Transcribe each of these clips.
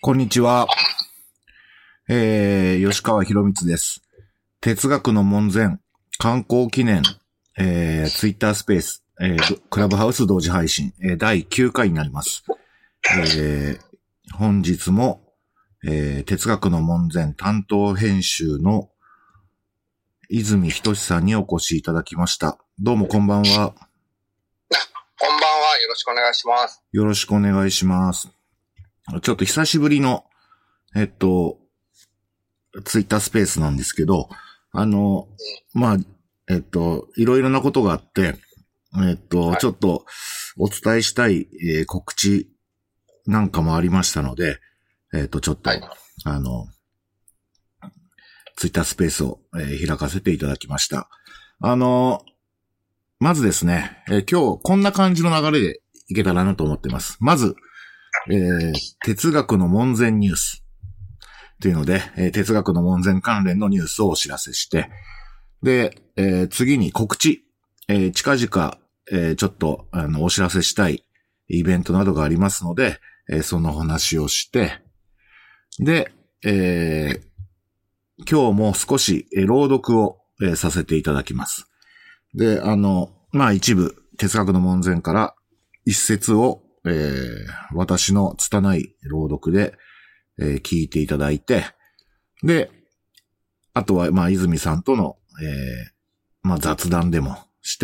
こんにちは。吉川博光です。哲学の門前、観光記念、ツイッタースペース、クラブハウス同時配信、第9回になります。本日も、哲学の門前担当編集の泉仁さんにお越しいただきました。どうもこんばんは。 こんばんは。よろしくお願いします。 よろしくお願いします。ちょっと久しぶりの、ツイッタースペースなんですけど、いろいろなことがあって、はい、ちょっとお伝えしたい、告知なんかもありましたので、ちょっと、はい、ツイッタースペースを、開かせていただきました。まずですね、今日こんな感じの流れでいけたらなと思ってます。まず、哲学の門前ニュースというので、哲学の門前関連のニュースをお知らせして、で、次に告知、近々、ちょっとお知らせしたいイベントなどがありますので、その話をして、で、今日も少し朗読を、させていただきます。で、一部哲学の門前から一節を私の拙い朗読で、聞いていただいて、で、あとは、泉さんとの、雑談でもして、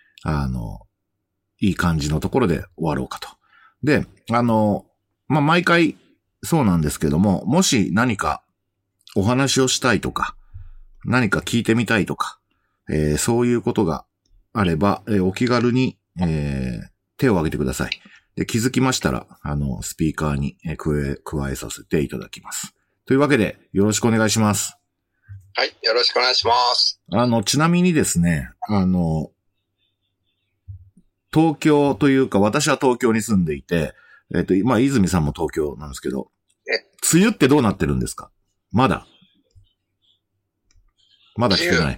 いい感じのところで終わろうかと。で、毎回そうなんですけども、もし何かお話をしたいとか、何か聞いてみたいとか、そういうことがあれば、お気軽に、手を挙げてください。で、気づきましたら、スピーカーに加えさせていただきます。というわけで、よろしくお願いします。 はい、よろしくお願いします。 ちなみにですね、東京というか、私は東京に住んでいて、泉さんも東京なんですけど、梅雨ってどうなってるんですか？まだ来てない。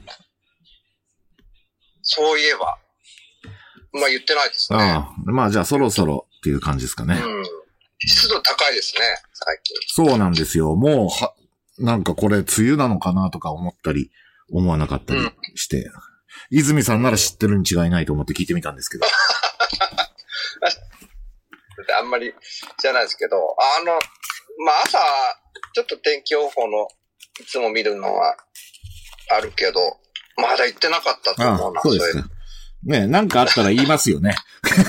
そういえば。言ってないですね。 じゃあそろそろっていう感じですかね。 湿度高いですね、最近。 そうなんですよ。もう、なんかこれ梅雨なのかなとか思ったり、思わなかったりして、泉さんなら知ってるに違いないと思って聞いてみたんですけど。 あんまりじゃないですけど、朝、ちょっと天気予報のいつも見るのはあるけど、まだ行ってなかったと思うな。 そうですね。ね、なんかあったら言いますよね。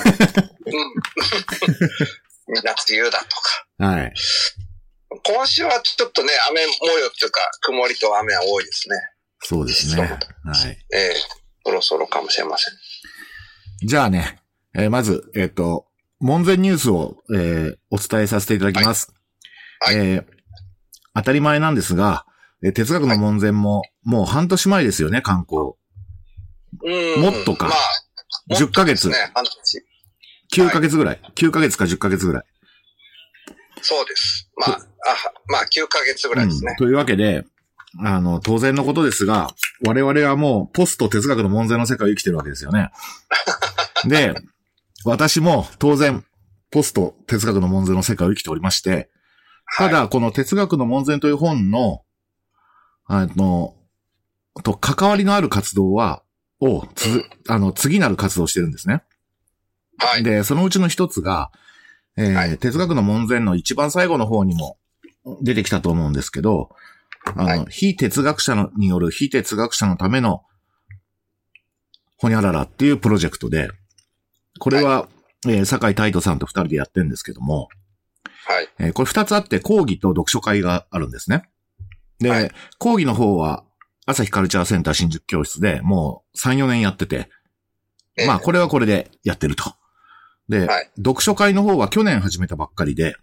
みんな梅雨だとか。 はい。 今週はちょっとね、雨模様っていうか、曇りと雨は多いですね。 そうですね。はい。 そろそろかもしれません。 じゃあね、まず、門前ニュースを、お伝えさせていただきます。はい。当たり前なんですが、哲学の門前も、もう半年前ですよね、観光。もっとか。10ヶ月。 ね、半年。 9ヶ月ぐらい。9ヶ月か10ヶ月ぐらい。 そうです。9ヶ月ぐらいですね。 というわけで、当然のことですが、我々はもうポスト哲学の門前の世界を生きてるわけですよね。で、私も当然、ポスト哲学の門前の世界を生きておりまして、ただ、この哲学の門前という本の、関わりのある活動次なる活動をしてるんですね。 はい。 で、そのうちの一つが、哲学の門前の一番最後の方にも出てきたと思うんですけど、非哲学者による非哲学者のためのほにゃららっていうプロジェクトで、これは、酒井太斗さんと二人でやってるんですけども、 はい。 これ二つあって講義と読書会があるんですね。で、講義の方は朝日カルチャーセンター新宿教室でもう3、4年やってて、これはこれでやってると。で、読書会の方は去年始めたばっかりで、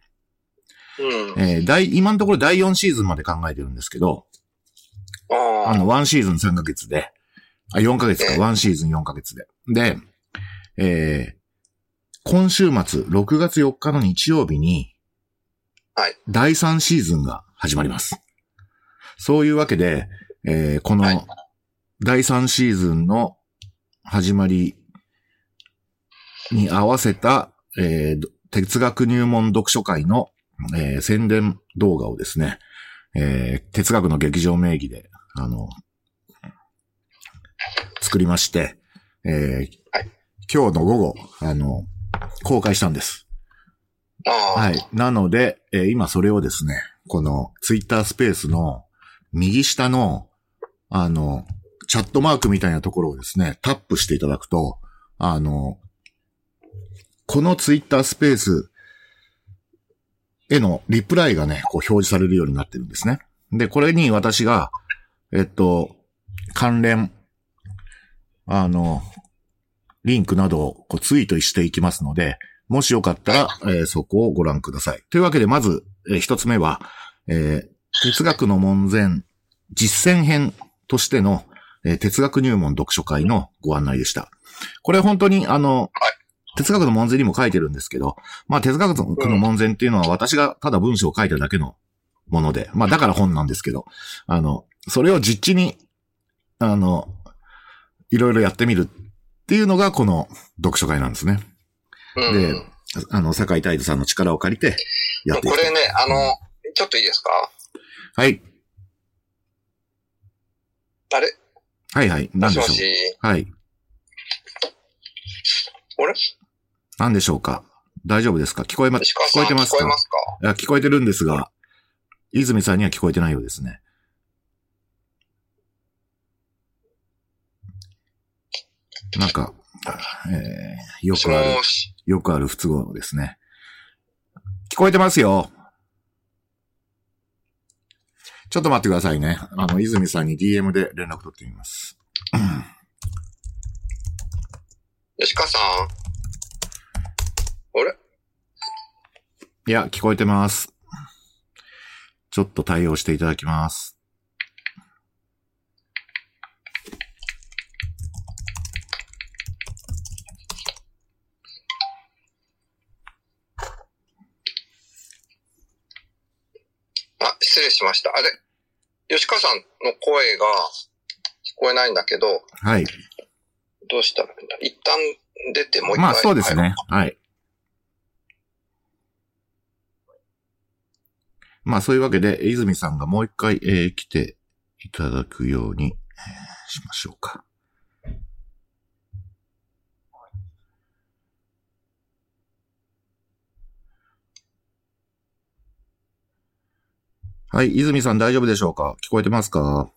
今のところ第4シーズンまで考えてるんですけど、1シーズン3ヶ月で、4ヶ月か、1シーズン4ヶ月で。で、今週末、6月4日の日曜日に、第3シーズンが始まります。そういうわけで、この第3シーズンの始まりに合わせた、哲学入門読書会の宣伝動画をですね、哲学の劇場名義で、作りまして、 はい、 今日の午後、公開したんです。はい。なので、今それをですね、このツイッタースペースの右下の、チャットマークみたいなところをですね、タップしていただくと、このツイッタースペースへのリプライがね、こう表示されるようになってるんですね。で、これに私が、関連、リンクなどをこうツイートしていきますので、もしよかったら、そこをご覧ください。というわけで、まず、一つ目は、哲学の門前実践編としての、哲学入門読書会のご案内でした。これ本当に哲学の門前にも書いてるんですけど、まあ哲学の門前っていうのは私がただ文章を書いただけのもので、まあだから本なんですけど、それを実地に、いろいろやってみるっていうのがこの読書会なんですね。で、坂井太斗さんの力を借りてやっていく。 これね、ちょっといいですか？ はい。 あれ？ はいはい。何でしょう？ もしもし。 はい。 あれ？ 何でしょうか？大丈夫ですか？聞こえてますか？ 聞こえますか？ いや、聞こえてるんですが、泉さんには聞こえてないようですね。なんか、よくある不都合ですね。聞こえてますよ。ちょっと待ってくださいね。泉さんに DM で連絡取ってみます。 吉川さん？あれ？ いや、聞こえてます。ちょっと対応していただきます。 失礼しました。あれ？吉川さんの声が聞こえないんだけど。 はい。 どうしたらいいんだ？一旦出てもう一回。 まあそうですね。はい。まあそういうわけで、泉さんがもう一回、来ていただくように、しましょうか。はい、泉さん大丈夫でしょうか？聞こえてますか？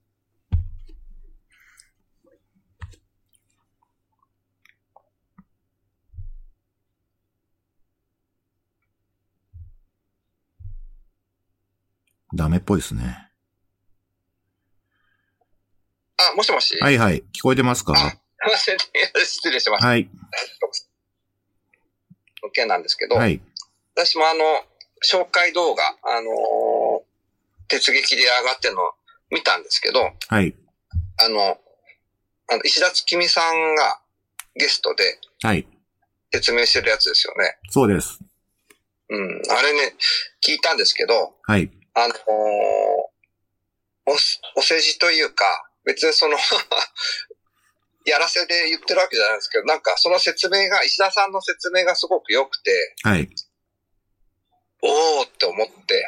ダメっぽいですね。 もしもし？ はいはい。聞こえてますか？ 失礼しました。 はい。 OK なんですけど、 はい。 私も紹介動画、鉄撃で上がってるのを見たんですけど、 はい。 石田月美さんがゲストで、 はい。説明してるやつですよね。 そうです。 うん。あれね、聞いたんですけど、 はい。 お世辞というか、別にやらせで言ってるわけじゃないですけど、なんかその説明が、石田さんの説明がすごく良くて、 はい。 おーって思って、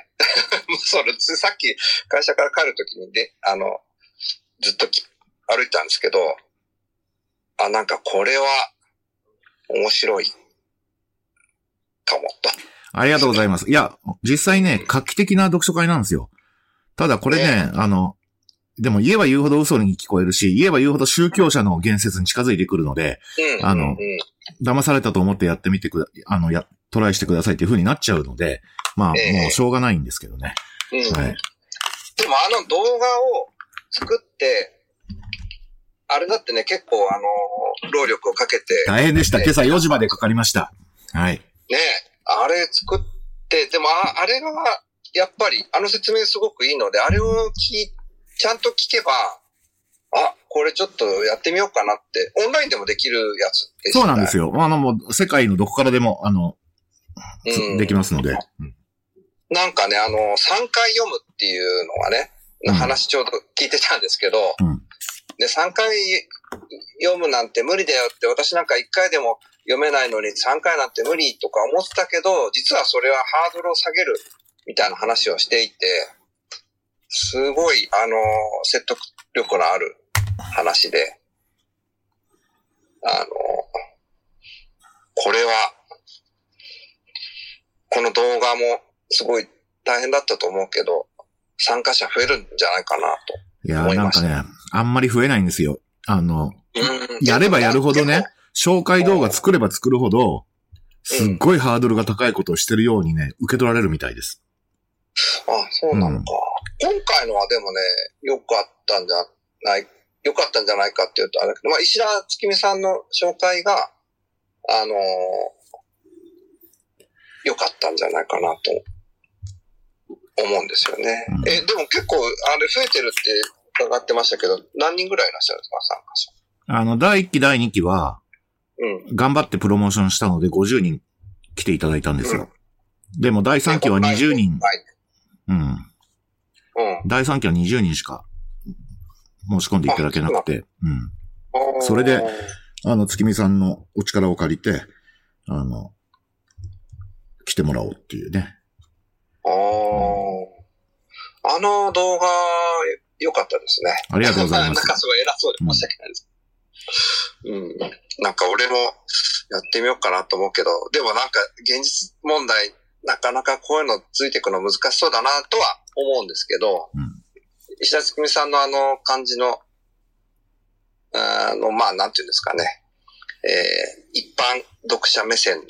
さっき会社から帰るときにずっと歩いたんですけど、なんかこれは面白いかもと。 ありがとうございます。いや、実際ね、画期的な読書会なんですよ。ただこれね、でも言えば言うほど嘘に聞こえるし、言えば言うほど宗教者の言説に近づいてくるので、騙されたと思ってやってみてトライしてくださいっていう風になっちゃうので、まあ、もうしょうがないんですけどね。はい。 でも動画を作って、あれだってね、結構労力をかけて。 大変でした。今朝4時までかかりました。はい。 ね、あれ作って、でもあれが、やっぱり、説明すごくいいので、あれをちゃんと聞けば、これちょっとやってみようかなって、オンラインでもできるやつでした。 そうなんですよ。もう、世界のどこからでも、できますので。 なんかね、3回読むっていうのはね、話ちょうど聞いてたんですけど、で、3回読むなんて無理だよって、私なんか1回でも読めないのに3回なんて無理とか思ってたけど、実はそれはハードルを下げるみたいな話をしていて、すごい、説得力のある話で、これは、この動画もすごい大変だったと思うけど、参加者増えるんじゃないかなと思いました。 いや、なんかね、あんまり増えないんですよ。やればやるほどね、紹介動画作れば作るほど、すっごいハードルが高いことをしてるようにね、受け取られるみたいです。 あ、そうなのか。今回のはでもね、良かったんじゃないかっていうと、あれだけど、まあ、石田月美さんの紹介が、良かったんじゃないかなと思うんですよね。でも結構、あれ増えてるって伺ってましたけど、何人ぐらいいらっしゃるんですか、参加者。 第1期、第2期は、頑張ってプロモーションしたので50人来ていただいたんですよ。でも第3期は20人。第3期は20人しか申し込んでいただけなくて。それで、月見さんのお力を借りて、来てもらおうっていうね。 あの動画、良かったですね。 ありがとうございます。 なんかすごい偉そうで申し訳ないです。なんか俺もやってみようかなと思うけど、でもなんか現実問題、なかなかこういうのついていくの難しそうだなとは思うんですけど、石田月美さんの感じの、まあなんていうんですかね、一般読者目線の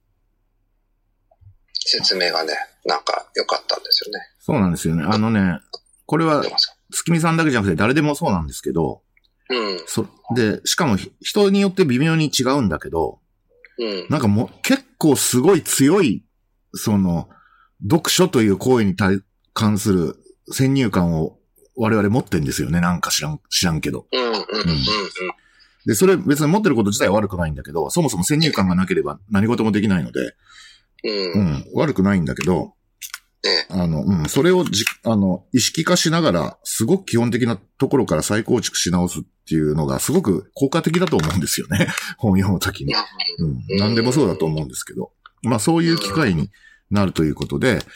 説明がね、なんか良かったんですよね。 そうなんですよね。これは月見さんだけじゃなくて誰でもそうなんですけど、で、しかも人によって微妙に違うんだけど、なんかもう結構すごい強い、読書という行為に関する先入観を我々持ってんですよね。なんか知らんけど。で、それ別に持ってること自体は悪くないんだけど、そもそも先入観がなければ何事もできないので、悪くないんだけど、それを意識化しながら、すごく基本的なところから再構築し直すっていうのがすごく効果的だと思うんですよね。本読むときに。何でもそうだと思うんですけど。まあそういう機会になるということで、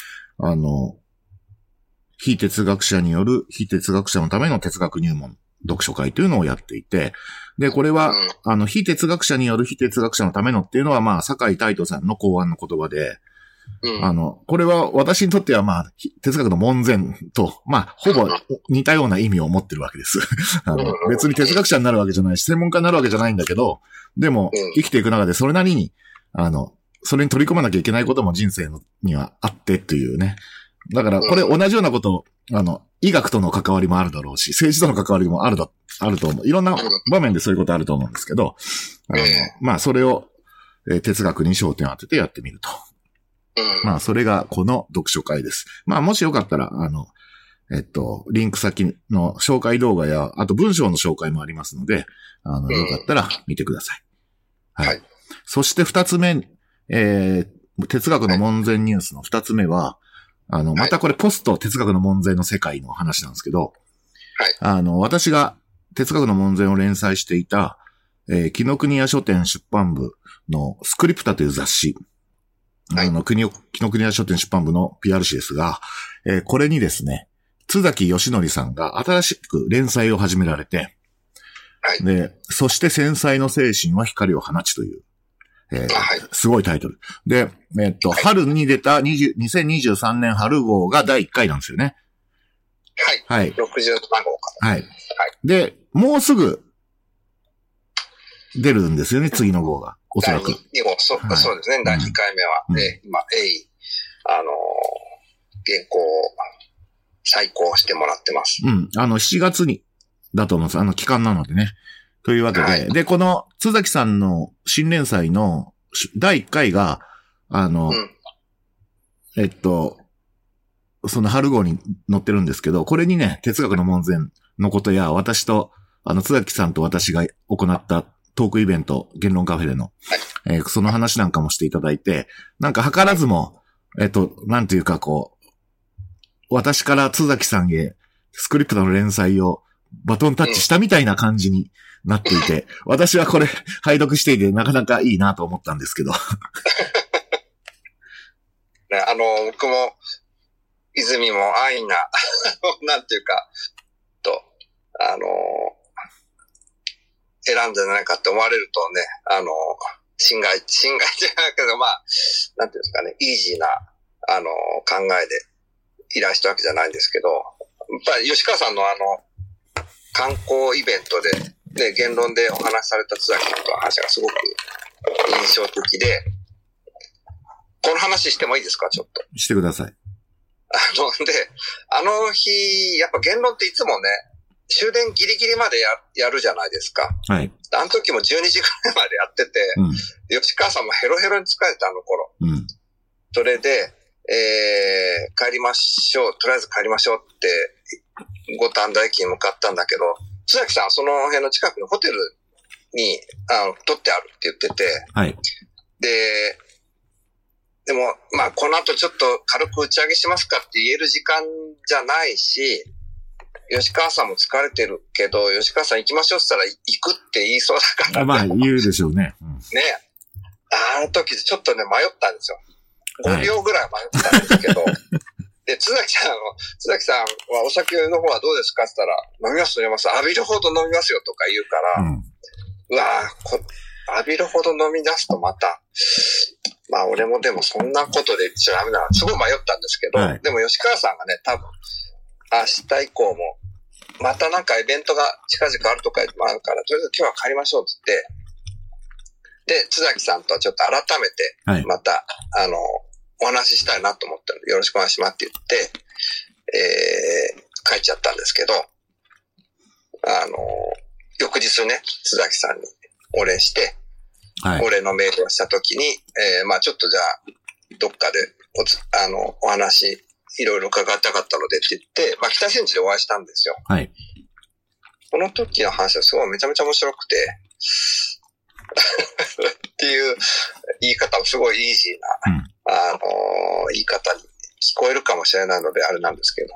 非哲学者による非哲学者のための哲学入門読書会というのをやっていて、で、これは、非哲学者による非哲学者のためのっていうのは、まあ、酒井太斗さんの考案の言葉で、これは私にとってはまあ、哲学の門前と、まあ、ほぼ似たような意味を持ってるわけです。別に哲学者になるわけじゃないし、専門家になるわけじゃないんだけど、でも、生きていく中でそれなりに、それに取り込まなきゃいけないことも人生にはあってっていうね。だから、これ同じようなことを、医学との関わりもあるだろうし、政治との関わりもあると思う。いろんな場面でそういうことあると思うんですけど、まあ、それを、哲学に焦点を当ててやってみると。まあ、それがこの読書会です。まあ、もしよかったら、リンク先の紹介動画や、あと文章の紹介もありますので、よかったら見てください。はい。そして二つ目、哲学の門前ニュースの二つ目は、またこれポスト哲学の門前の世界の話なんですけど、私が哲学の門前を連載していた、紀ノ国屋書店出版部のスクリプタという雑誌、紀ノ国屋書店出版部の PR 誌ですが、これにですね、津崎義則さんが新しく連載を始められて、で、そして繊細の精神は光を放ちという、すごいタイトル。で、春に出た2023年春号が第1回なんですよね。 はい。67号か。 はい。で、もうすぐ出るんですよね、次の号が。おそらく。 第2号、そうですね、第2回目は。今、原稿を再考してもらってます。 7月に、だと思うんです。期間なのでね。というわけで、で、この、津崎さんの新連載の第1回が、その春号に載ってるんですけど、これにね、哲学の門前のことや、私と、津崎さんと私が行ったトークイベント、言論カフェでの、その話なんかもしていただいて、なんか図らずも、なんていうかこう、私から津崎さんへスクリプトの連載をバトンタッチしたみたいな感じになっていて、私はこれ、拝読していてなかなかいいなと思ったんですけど。 ね、僕も、泉も安易な、なんていうか、選んでないかって思われるとね、侵害じゃないけど、まあ、なんていうんですかね、イージーな、考えで依頼したわけじゃないんですけど、やっぱり吉川さんの観光イベントで、ね、言論でお話しされた津崎さんとの話がすごく印象的で、この話してもいいですか、ちょっと。 してください。 で、日、やっぱ言論っていつもね、終電ギリギリまでやるじゃないですか。 はい。 あの時も12時くらいまでやってて、吉川さんもヘロヘロに疲れた頃。それで、帰りましょう、とりあえず帰りましょうって、五反田駅に向かったんだけど、津崎さんはその辺の近くのホテルに、取ってあるって言ってて、 はい。 でも、まあ、この後ちょっと軽く打ち上げしますかって言える時間じゃないし、吉川さんも疲れてるけど、吉川さん行きましょうって言ったら行くって言いそうだから。 まあ、言うでしょうね。 ね。あの時ちょっとね、迷ったんですよ。5秒ぐらい迷ったんですけど、で、津崎さんはお酒の方はどうですかって言ったら、飲みます浴びるほど飲みますよとか言うから、うわぁ、浴びるほど飲み出すとまた、まあ俺もでもそんなことで言っちゃダメだな。すごい迷ったんですけど、でも吉川さんがね、多分、明日以降も、またなんかイベントが近々あるとかもあるから、とりあえず今日は帰りましょうって言って、で、津崎さんとはちょっと改めて、また、お話ししたいなと思ったので、よろしくお願いしますって言って、帰っちゃったんですけど、翌日ね、津崎さんにお礼して、お礼のメールをしたときに、まあちょっとじゃあ、どっかでお話、いろいろ伺いたかったのでって言って、まあ北千住でお会いしたんですよ。はい。この時の話はすごいめちゃめちゃ面白くて、っていう言い方もすごいイージーな、言い方に聞こえるかもしれないのであれなんですけど、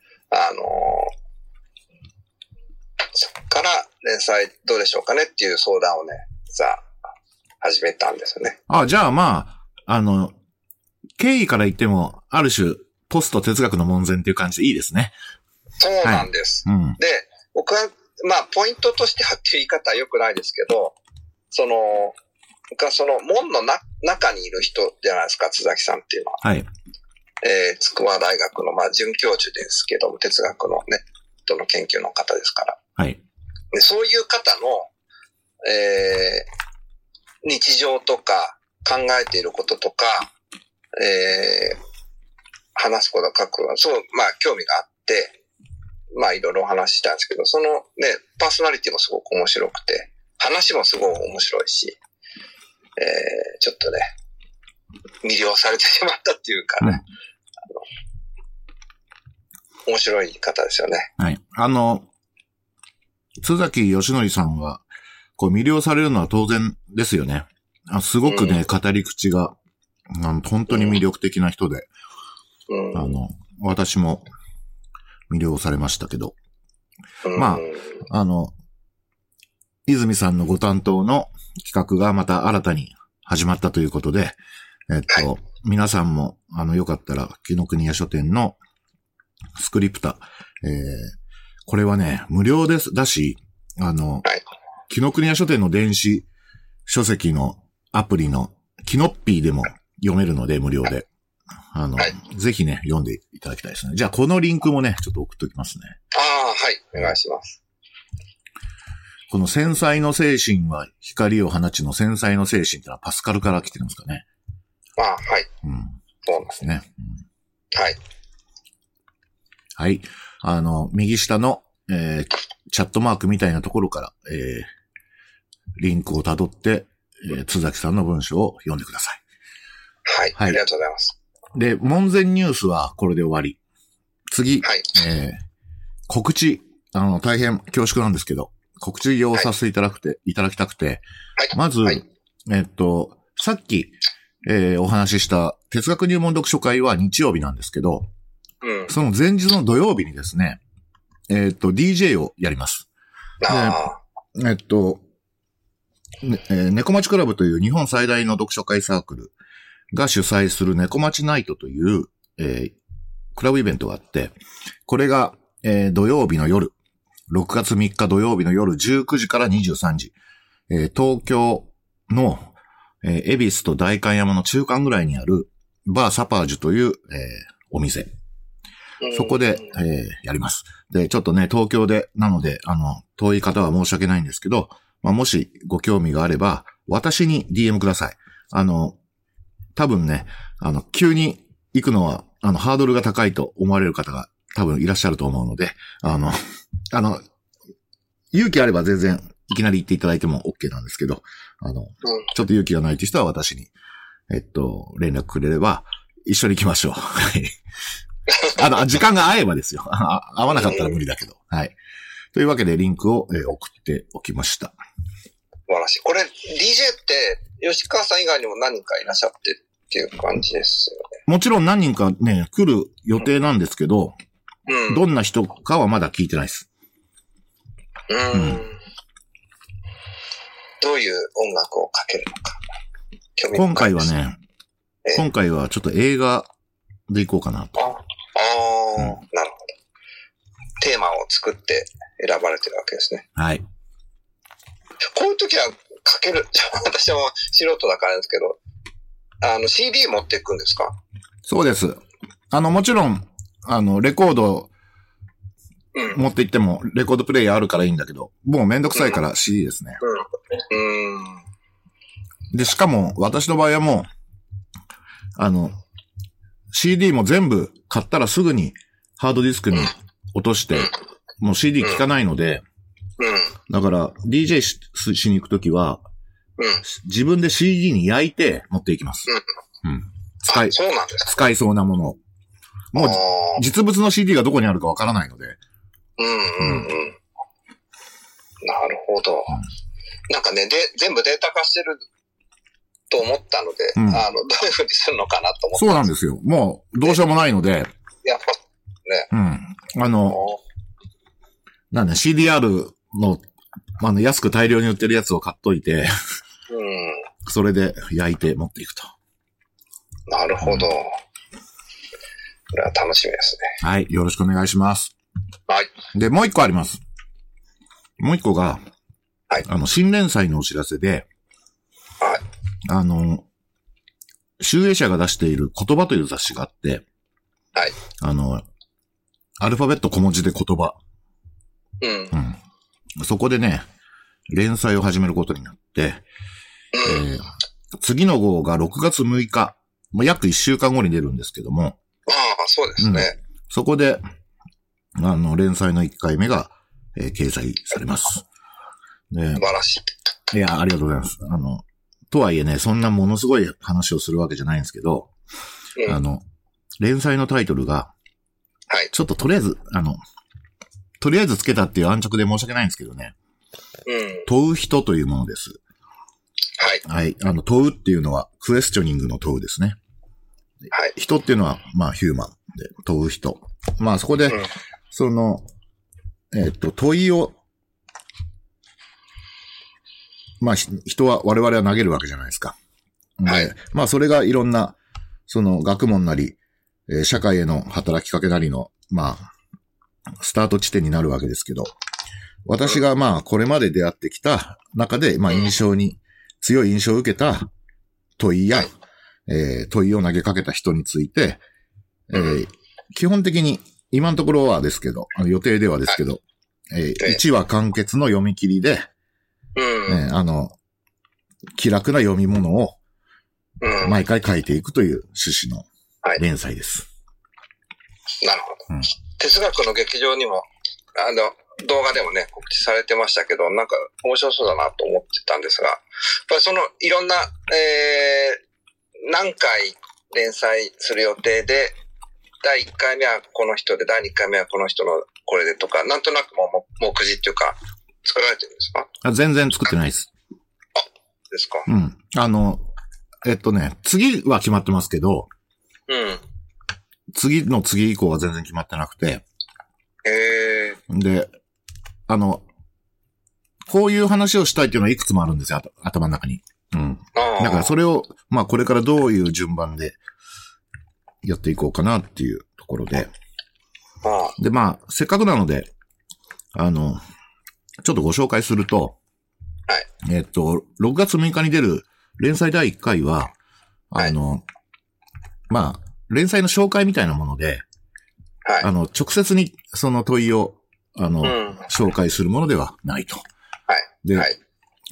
そっから連載どうでしょうかねっていう相談をね、始めたんですよね。 じゃあまあ、経緯から言っても、ある種、ポスト哲学の門前っていう感じでいいですね。 そうなんです。で、僕は、まあ、ポイントとしてはっていう言い方は良くないですけど、僕はその門の中にいる人じゃないですか、津崎さんっていうのは。はい。筑波大学の、まあ、准教授ですけども、哲学のネットの研究の方ですから。はい。でそういう方の、日常とか考えていることとか、話すこと書くのは、そう、まあ、興味があって、まあ、いろいろお話ししたんですけど、そのね、パーソナリティもすごく面白くて、話もすごい面白いし、ちょっとね、魅了されてしまったっていうかね、面白い方ですよね。 はい。津崎義則さんは、こう魅了されるのは当然ですよね。すごくね、語り口が、本当に魅力的な人で、私も魅了されましたけど、まあ、泉さんのご担当の企画がまた新たに始まったということで、皆さんも、よかったら、紀ノ国屋書店のスクリプタ、これはね、無料だし、紀ノ国屋書店の電子書籍のアプリのキノッピーでも読めるので、無料で。ぜひね、読んでいただきたいですね。じゃあ、このリンクもね、ちょっと送っておきますね。 はい、お願いします。 この繊細の精神は光を放ちの繊細の精神ってのはパスカルから来てるんですかね。 はい。 そうですね。 はい。 はい。右下の、チャットマークみたいなところから、リンクを辿って、津崎さんの文章を読んでください。 はい。ありがとうございます。 で、門前ニュースはこれで終わり。次、告知、大変恐縮なんですけど、告知をさせていただきたくて、まず、さっき、お話しした哲学入門読書会は日曜日なんですけど、その前日の土曜日にですね、 DJ をやります。 あ猫町クラブという日本最大の読書会サークルが主催する猫町ナイトという、クラブイベントがあって、これが、土曜日の夜、6月3日土曜日の夜19時から23時、東京の、恵比寿と代官山の中間ぐらいにあるバーサパージュという、お店。そこで、やります。で、ちょっとね、東京で、なので、遠い方は申し訳ないんですけど、まあ、もしご興味があれば、私に DM ください。多分ね、急に行くのは、ハードルが高いと思われる方が多分いらっしゃると思うので、勇気あれば全然いきなり行っていただいても OK なんですけど、ちょっと勇気がないという人は私に、連絡くれれば一緒に行きましょう。はい。時間が合えばですよ。合わなかったら無理だけど。はい。というわけでリンクを、送っておきました。 素晴らしい。これ DJ って吉川さん以外にも何人かいらっしゃってっていう感じですよね。 もちろん何人かね、来る予定なんですけど、どんな人かはまだ聞いてないです。 どういう音楽をかけるのか。 今回はね、今回はちょっと映画でいこうかなと。 なるほど。テーマを作って選ばれてるわけですね。 はい。 こういう時はかける、私は素人だからですけど、CD 持っていくんですか？ そうです。もちろん、レコード、持って行っても、レコードプレイヤーあるからいいんだけど、もうめんどくさいから CD ですね。で、しかも、私の場合はもう、CD も全部買ったらすぐにハードディスクに落として、もう CD 聴かないので、だから DJ しに行くときは、自分で CD に焼いて持っていきます。 そうなんですか？ 使いそうなものを。もう実物の CD がどこにあるかわからないので。なるほど。なんかね、全部データ化してると思ったので、どういう風にするのかなと思って。 そうなんですよ。もうどうしようもないので。 やっぱね。 なんだ、CDR の、安く大量に売ってるやつを買っといて、それで焼いて持っていくと。 なるほど。これは楽しみですね。 はい。よろしくお願いします。 はい。 で、もう一個あります。もう一個が、 はい。 新連載のお知らせで、 はい。 集英社が出している言葉という雑誌があって、 はい。 アルファベット小文字で言葉。そこでね、連載を始めることになって、次の号が6月6日、約1週間後に出るんですけども。 そうですね。 そこで、連載の1回目が、掲載されます。 素晴らしい。 いや、ありがとうございます。とはいえね、そんなものすごい話をするわけじゃないんですけど、連載のタイトルが、 はい。 ちょっととりあえずつけたっていう安直で申し訳ないんですけどね。問う人というものです。はい。問うっていうのは、クエスチョニングの問うですね。 はい。 人っていうのは、ヒューマンで、問う人。そこで、問いを、人は、我々は投げるわけじゃないですか。 はい。 それがいろんな、学問なり、社会への働きかけなりの、スタート地点になるわけですけど、私がこれまで出会ってきた中で、強い印象を受けた問いや、問いを投げかけた人について、基本的に、今のところはですけど、予定ではですけど、1話完結の読み切りで、気楽な読み物を、毎回書いていくという趣旨の連載です。 なるほど。哲学の劇場にも、動画でもね、告知されてましたけど、なんか面白そうだなと思ってたんですが、やっぱりいろんな、何回連載する予定で、第1回目はこの人で、第2回目はこの人のこれでとか、なんとなく目次っていうか、作られてるんですか？ 全然作ってないです。 ですか？ 次は決まってますけど、次の次以降は全然決まってなくて、 で、こういう話をしたいっていうのはいくつもあるんですよ、頭の中に。うん。だからそれを、まあこれからどういう順番でやっていこうかなっていうところで。で、まあ、せっかくなので、ちょっとご紹介すると、 はい。 6月6日に出る連載第1回は、 はい、 まあ、連載の紹介みたいなもので、 はい。 直接にその問いを、紹介するものではないと。 はい。 で、 はい。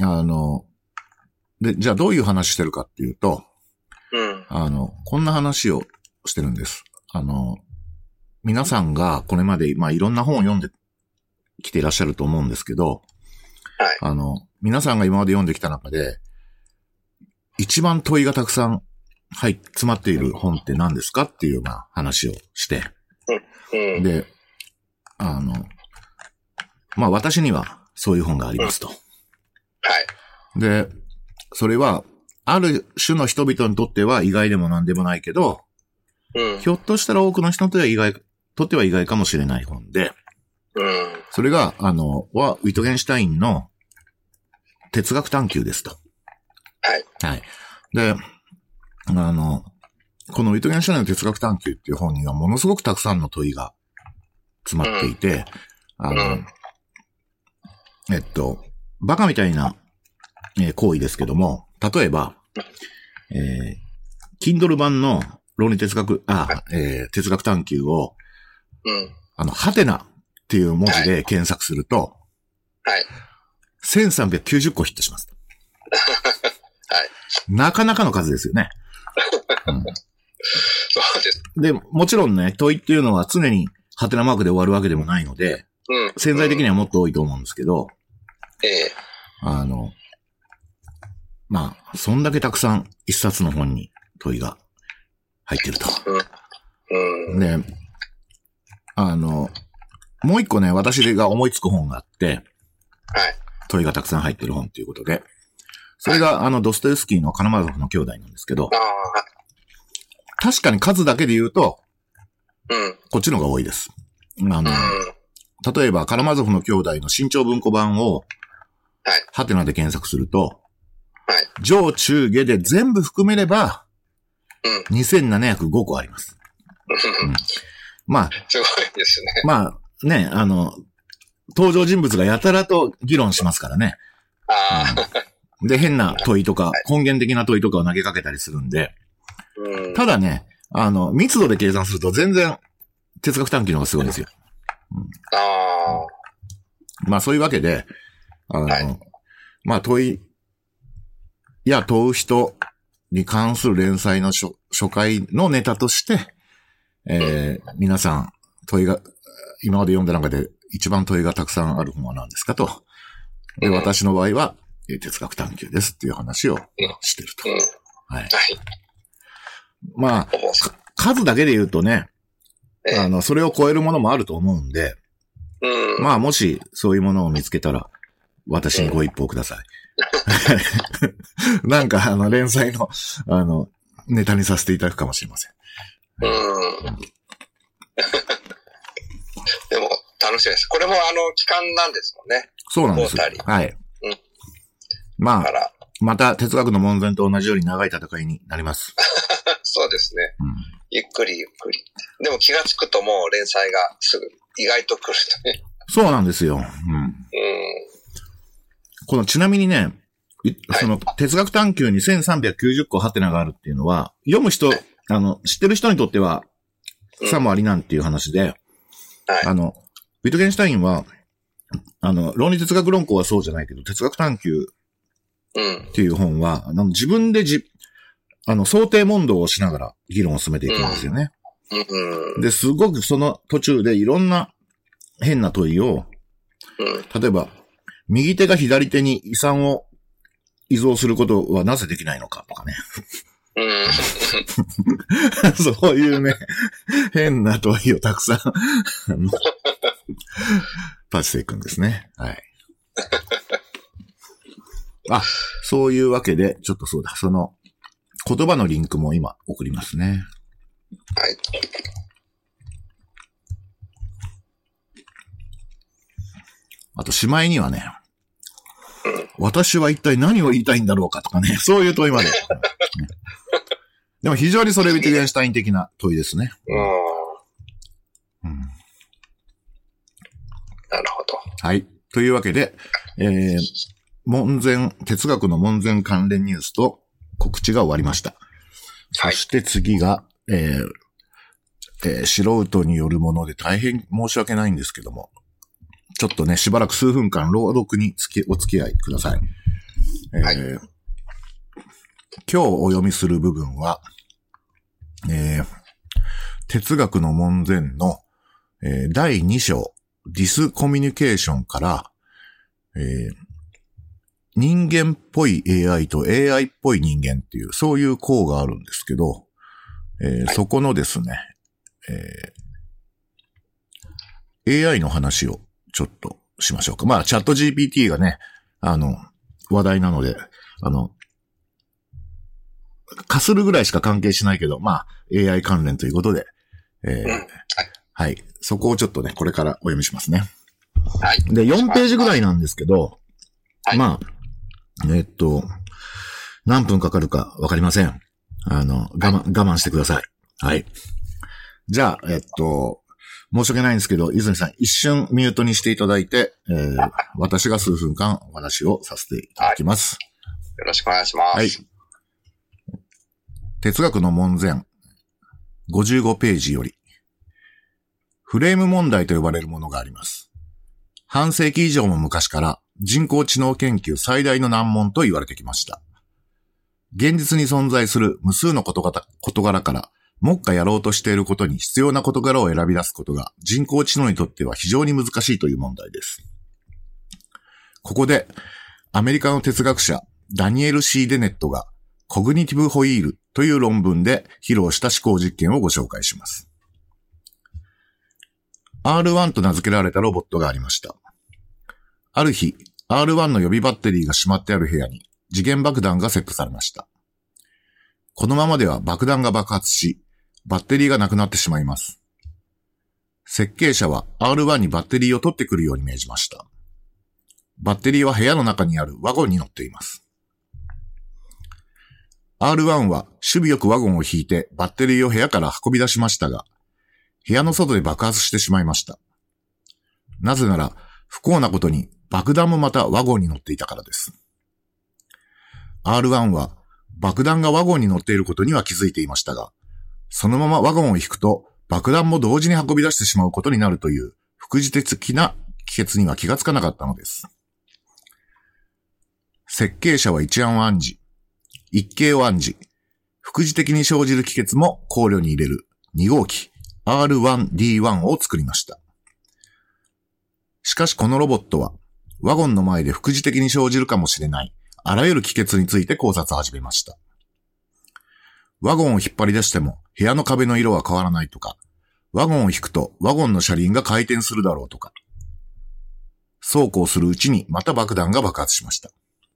で、じゃあどういう話してるかっていうと、 うん。 こんな話をしてるんです。皆さんがこれまで、まあいろんな本を読んできていらっしゃると思うんですけど、 はい。 皆さんが今まで読んできた中で、一番問いがたくさん詰まっている本って何ですかっていうような話をして、 うん。 で、まあ私にはそういう本がありますと。 はい。 で、それは、ある種の人々にとっては意外でも何でもないけど、ひょっとしたら多くの人にとっては意外かもしれない本で、それが、ウィトゲンシュタインの哲学探求ですと。 はい。 はい。で、このウィトゲンシュタインの哲学探求っていう本にはものすごくたくさんの問いが詰まっていて、バカみたいな、行為ですけども、例えば、Kindle 版の論理哲学、哲学探求を、ハテナっていう文字で検索すると、 はい。 1390個ヒットします。 はい。 なかなかの数ですよね。 そうです。 で、もちろんね、問いっていうのは常にハテナマークで終わるわけでもないので、潜在的にはもっと多いと思うんですけど、まあ、そんだけたくさん一冊の本に問いが入ってると。で、もう一個ね、私が思いつく本があって、 はい。 問いがたくさん入ってる本ということで、それがドストエフスキーのカラマーゾフの兄弟なんですけど、確かに数だけで言うと、こっちの方が多いです。例えばカラマーゾフの兄弟の新潮文庫版を、ハテナで検索すると、上中下で全部含めれば、2705個あります。まあ、 すごいですね。 まあ、ね、登場人物がやたらと議論しますからね。で、変な問いとか、根源的な問いとかを投げかけたりするんで、ただね、密度で計算すると全然哲学探求の方がすごいんですよ。まあそういうわけで、まあ問いや問う人に関する連載の初回のネタとして、皆さん問いが、今まで読んだ中で一番問いがたくさんある本は何ですかと。で、私の場合は哲学探求ですっていう話をしてると。はい。まあ、数だけで言うとね、それを超えるものもあると思うんで、まあもしそういうものを見つけたら、私にご一報ください。なんか連載の、ネタにさせていただくかもしれません。 でも、楽しいです。これも期間なんですもんね。 そうなんです。はい。まあ、また哲学の門前と同じように長い戦いになります。 そうですね。ゆっくりゆっくり。でも気がつくともう連載がすぐ意外と来るとね。 そうなんですよ。このちなみにね、その哲学探求に1390個ハテナがあるっていうのは、読む人、知ってる人にとっては、さもありなんていう話で、ウィトゲンシュタインは、論理哲学論考はそうじゃないけど、哲学探求っていう本は、自分で想定問答をしながら議論を進めていくんですよね。で、すごくその途中でいろんな変な問いを、例えば、右手が左手に遺産を遺贈することはなぜできないのかとかね。そういうね、変な問いをたくさん立てていくんですね。はい。そういうわけで、ちょっとそうだ、その言葉のリンクも今送りますね。 はい。 あと、しまいにはね、私は一体何を言いたいんだろうかとかね、そういう問いまで。でも非常にそれビトゲンシュタイン的な問いですね。 なるほど。 はい。というわけで、哲学の門前関連ニュースと告知が終わりました。 はい。 そして次が、素人によるもので大変申し訳ないんですけども、ちょっとね、しばらく数分間朗読にお付き合いください。 はい。 今日お読みする部分は、哲学の門前の、第2章、ディスコミュニケーションから、人間っぽい AI と AI っぽい人間っていう、そういう項があるんですけど、そこのですね、AI の話をちょっとしましょうか。まあ、チャット GPT がね、話題なので、かするぐらいしか関係しないけど、まあ、AI 関連ということで、はい。そこをちょっとね、これからお読みしますね。 はい。 で、4ページぐらいなんですけど、 はい、 まあ、何分かかるかわかりません。我慢してください。はい。じゃあ、申し訳ないんですけど、泉さん、一瞬ミュートにしていただいて、私が数分間お話をさせていただきます。 よろしくお願いします。はい。 哲学の門前、55ページより、フレーム問題と呼ばれるものがあります。半世紀以上も昔から人工知能研究最大の難問と言われてきました。現実に存在する無数の事柄から、目下やろうとしていることに必要な事柄を選び出すことが人工知能にとっては非常に難しいという問題です。ここで、アメリカの哲学者ダニエル・ C ・デネットがコグニティブ・ホイールという論文で披露した思考実験をご紹介します。R1 と名付けられたロボットがありました。ある日、R1 の予備バッテリーがしまってある部屋に時限爆弾がセットされました。このままでは爆弾が爆発し、バッテリーがなくなってしまいます。設計者は R1 にバッテリーを取ってくるように命じました。バッテリーは部屋の中にあるワゴンに乗っています。R1 は守備よくワゴンを引いてバッテリーを部屋から運び出しましたが、部屋の外で爆発してしまいました。なぜなら、不幸なことに爆弾もまたワゴンに乗っていたからです。R1 は爆弾がワゴンに乗っていることには気づいていましたが、そのままワゴンを引くと爆弾も同時に運び出してしまうことになるという副次的な帰結には気がつかなかったのです。設計者は一案を案じ、一計を案じ、副次的に生じる帰結も考慮に入れる2号機 R1D1 を作りました。しかしこのロボットはワゴンの前で副次的に生じるかもしれないあらゆる帰結について考察を始めました。ワゴンを引っ張り出しても部屋の壁の色は変わらないとか、ワゴンを引くとワゴンの車輪が回転するだろうとか、そうこうするうちにまた爆弾が爆発しました。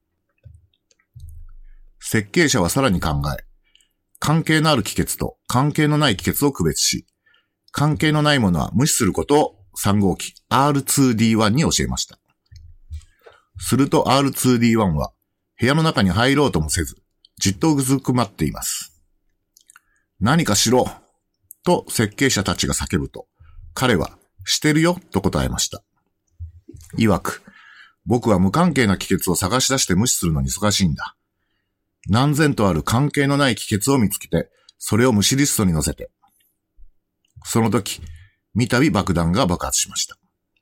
設計者はさらに考え、関係のある帰結と関係のない帰結を区別し、関係のないものは無視することを3号機 R2D1 に教えました。すると R2D1 は部屋の中に入ろうともせず、じっとうずくまっています。何かしろと設計者たちが叫ぶと、彼はしてるよと答えました。曰く、僕は無関係な帰結を探し出して無視するのに忙しいんだ。何千とある関係のない帰結を見つけて、それを無視リストに載せて。その時、三度爆弾が爆発しました。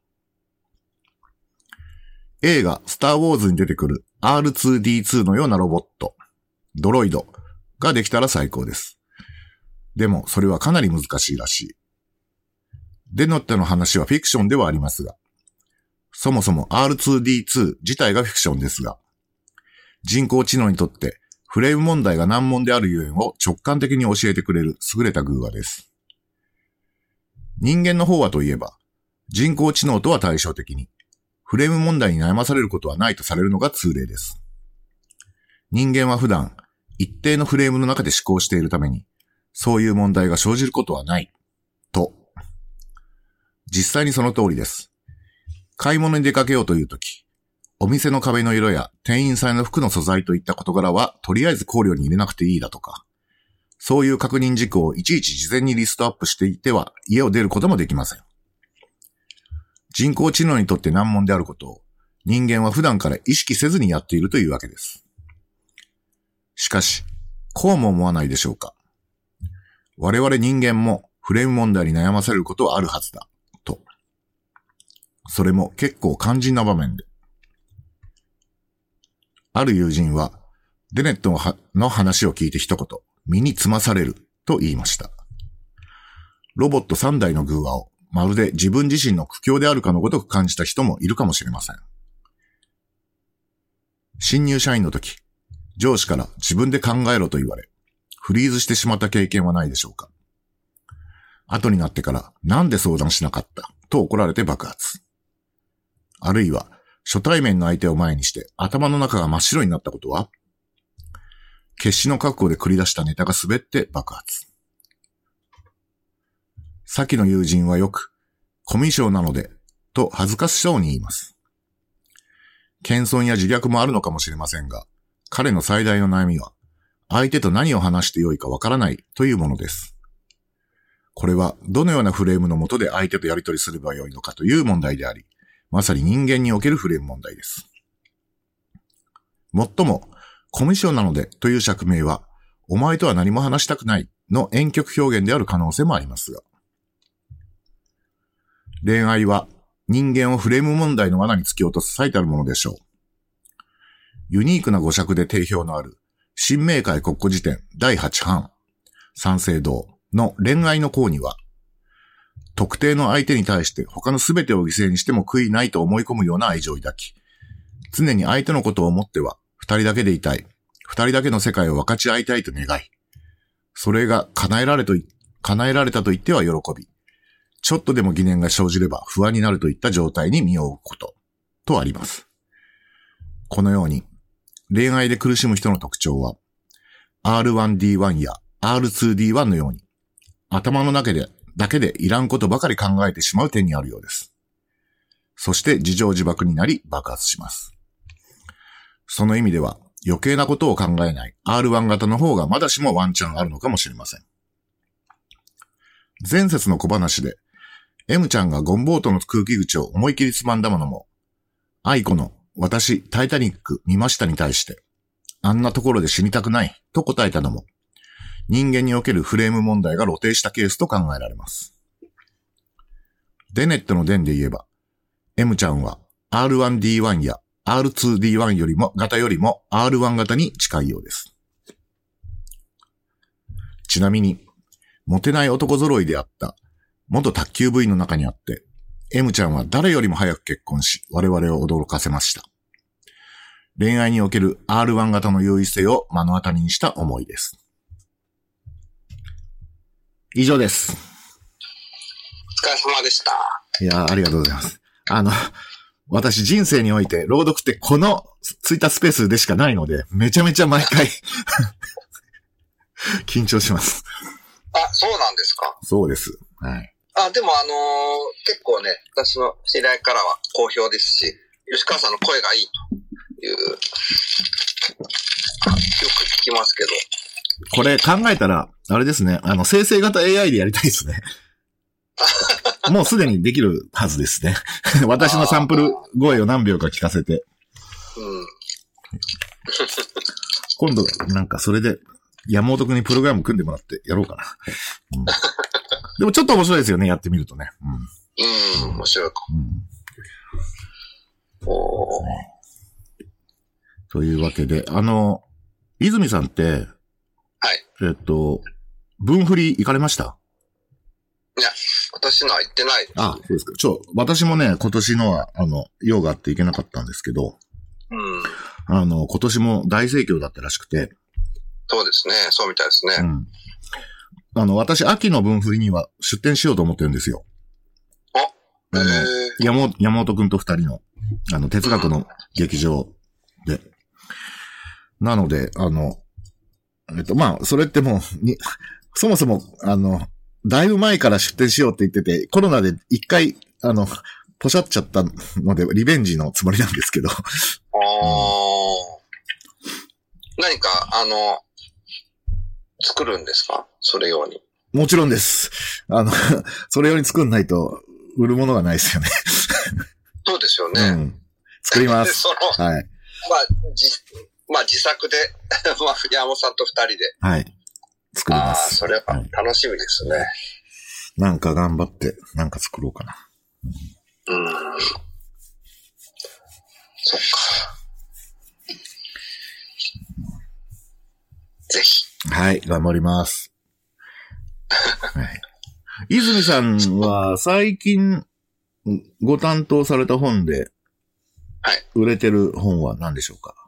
映画スターウォーズに出てくる R2D2 のようなロボット、ドロイドができたら最高です。でもそれはかなり難しいらしい。デノットの話はフィクションではありますが、そもそも R2D2 自体がフィクションですが、人工知能にとってフレーム問題が難問であるゆえんを直感的に教えてくれる優れた偶話です。人間の方はといえば、人工知能とは対照的に、フレーム問題に悩まされることはないとされるのが通例です。人間は普段、一定のフレームの中で思考しているために、そういう問題が生じることはない、と。実際にその通りです。 買い物に出かけようというとき、お店の壁の色や店員さんの服の素材といった事柄はとりあえず考慮に入れなくていいだとか、そういう確認事項をいちいち事前にリストアップしていては家を出ることもできません。人工知能にとって難問であることを人間は普段から意識せずにやっているというわけです。しかし、こうも思わないでしょうか。我々人間もフレーム問題に悩まされることはあるはずだ、と。それも結構肝心な場面で。ある友人は、デネットの話を聞いて一言、身につまされると言いました。ロボット3台の偶話をまるで自分自身の苦境であるかのごとく感じた人もいるかもしれません。新入社員の時、上司から自分で考えろと言われ、フリーズしてしまった経験はないでしょうか。後になってからなんで相談しなかったと怒られて爆発。あるいは初対面の相手を前にして頭の中が真っ白になったことは、決死の覚悟で繰り出したネタが滑って爆発。先の友人はよく、コミュ障なので、と恥ずかしそうに言います。謙遜や自虐もあるのかもしれませんが、彼の最大の悩みは、相手と何を話してよいかわからないというものです。これはどのようなフレームの下で相手とやり取りすればよいのかという問題であり、まさに人間におけるフレーム問題です。もっとも、コミュ障なのでという釈明は、お前とは何も話したくないの婉曲表現である可能性もありますが。恋愛は人間をフレーム問題の罠に突き落とす最たるものでしょう。ユニークな語釈で定評のある新明解国語辞典第8版三省堂の恋愛の項には、特定の相手に対して他のすべてを犠牲にしても悔いないと思い込むような愛情を抱き、常に相手のことを思っては二人だけでいたい、二人だけの世界を分かち合いたいと願い、それが叶えられたと言っては喜び、ちょっとでも疑念が生じれば不安になるといった状態に身を置くこと、とあります。このように、恋愛で苦しむ人の特徴は、R1D1 や R2D1 のように、頭の中だけでいらんことばかり考えてしまう点にあるようです。そして自情自爆になり爆発します。その意味では、余計なことを考えない R1 型の方がまだしもワンチャンあるのかもしれません。前節の小話で、M ちゃんがゴンボートの空気口を思い切りつまんだものも、愛子の私タイタニック見ましたに対して、あんなところで死にたくないと答えたのも、人間におけるフレーム問題が露呈したケースと考えられます。デネットの伝で言えば、M ちゃんは R1D1 や R2D1 型よりも R1 型に近いようです。ちなみに、モテない男揃いであった元卓球部員の中にあって、M ちゃんは誰よりも早く結婚し、我々を驚かせました。恋愛における R1 型の優位性を目の当たりにした思いです。以上です。 お疲れ様でした。 いや、ありがとうございます。私人生において朗読ってこのツイッタースペースでしかないので、めちゃめちゃ毎回緊張します。 あ、そうなんですか。 そうです。はい。 でも結構ね、私の知り合いからは好評ですし、吉川さんの声がいいという、よく聞きますけど。 これ考えたら、あれですね、生成型 AI でやりたいですね。もうすでにできるはずですね。私のサンプル声を何秒か聞かせて。今度、なんかそれで、山本くんにプログラム組んでもらってやろうかな。でもちょっと面白いですよね、やってみるとね。 面白いか。 というわけで、泉さんって、 はい。 分振り行かれました？ いや、私のは行ってないです。 あ、そうですか。私もね、今年のは、用があって行けなかったんですけど、今年も大盛況だったらしくて。 そうですね。そうみたいですね。 私、秋の分振りには出展しようと思ってるんですよ。山本くんと二人の、哲学の劇場で。なので、まあ、それってもう、そもそも、だいぶ前から出展しようって言ってて、コロナで一回、 ポシャっちゃったので、リベンジのつもりなんですけど。 何か、作るんですか？それ用に。 もちろんです。それ用に作んないと、売るものがないですよね。 そうですよね。 うん。作ります。はい。 まあ自作で、山本さんと二人で。 はい。作ります。 それは楽しみですね。 なんか頑張って、なんか作ろうかな。 そっか。ぜひ。 はい、頑張ります。はい。泉さんは最近ご担当された本で、 はい。 売れてる本は何でしょうか？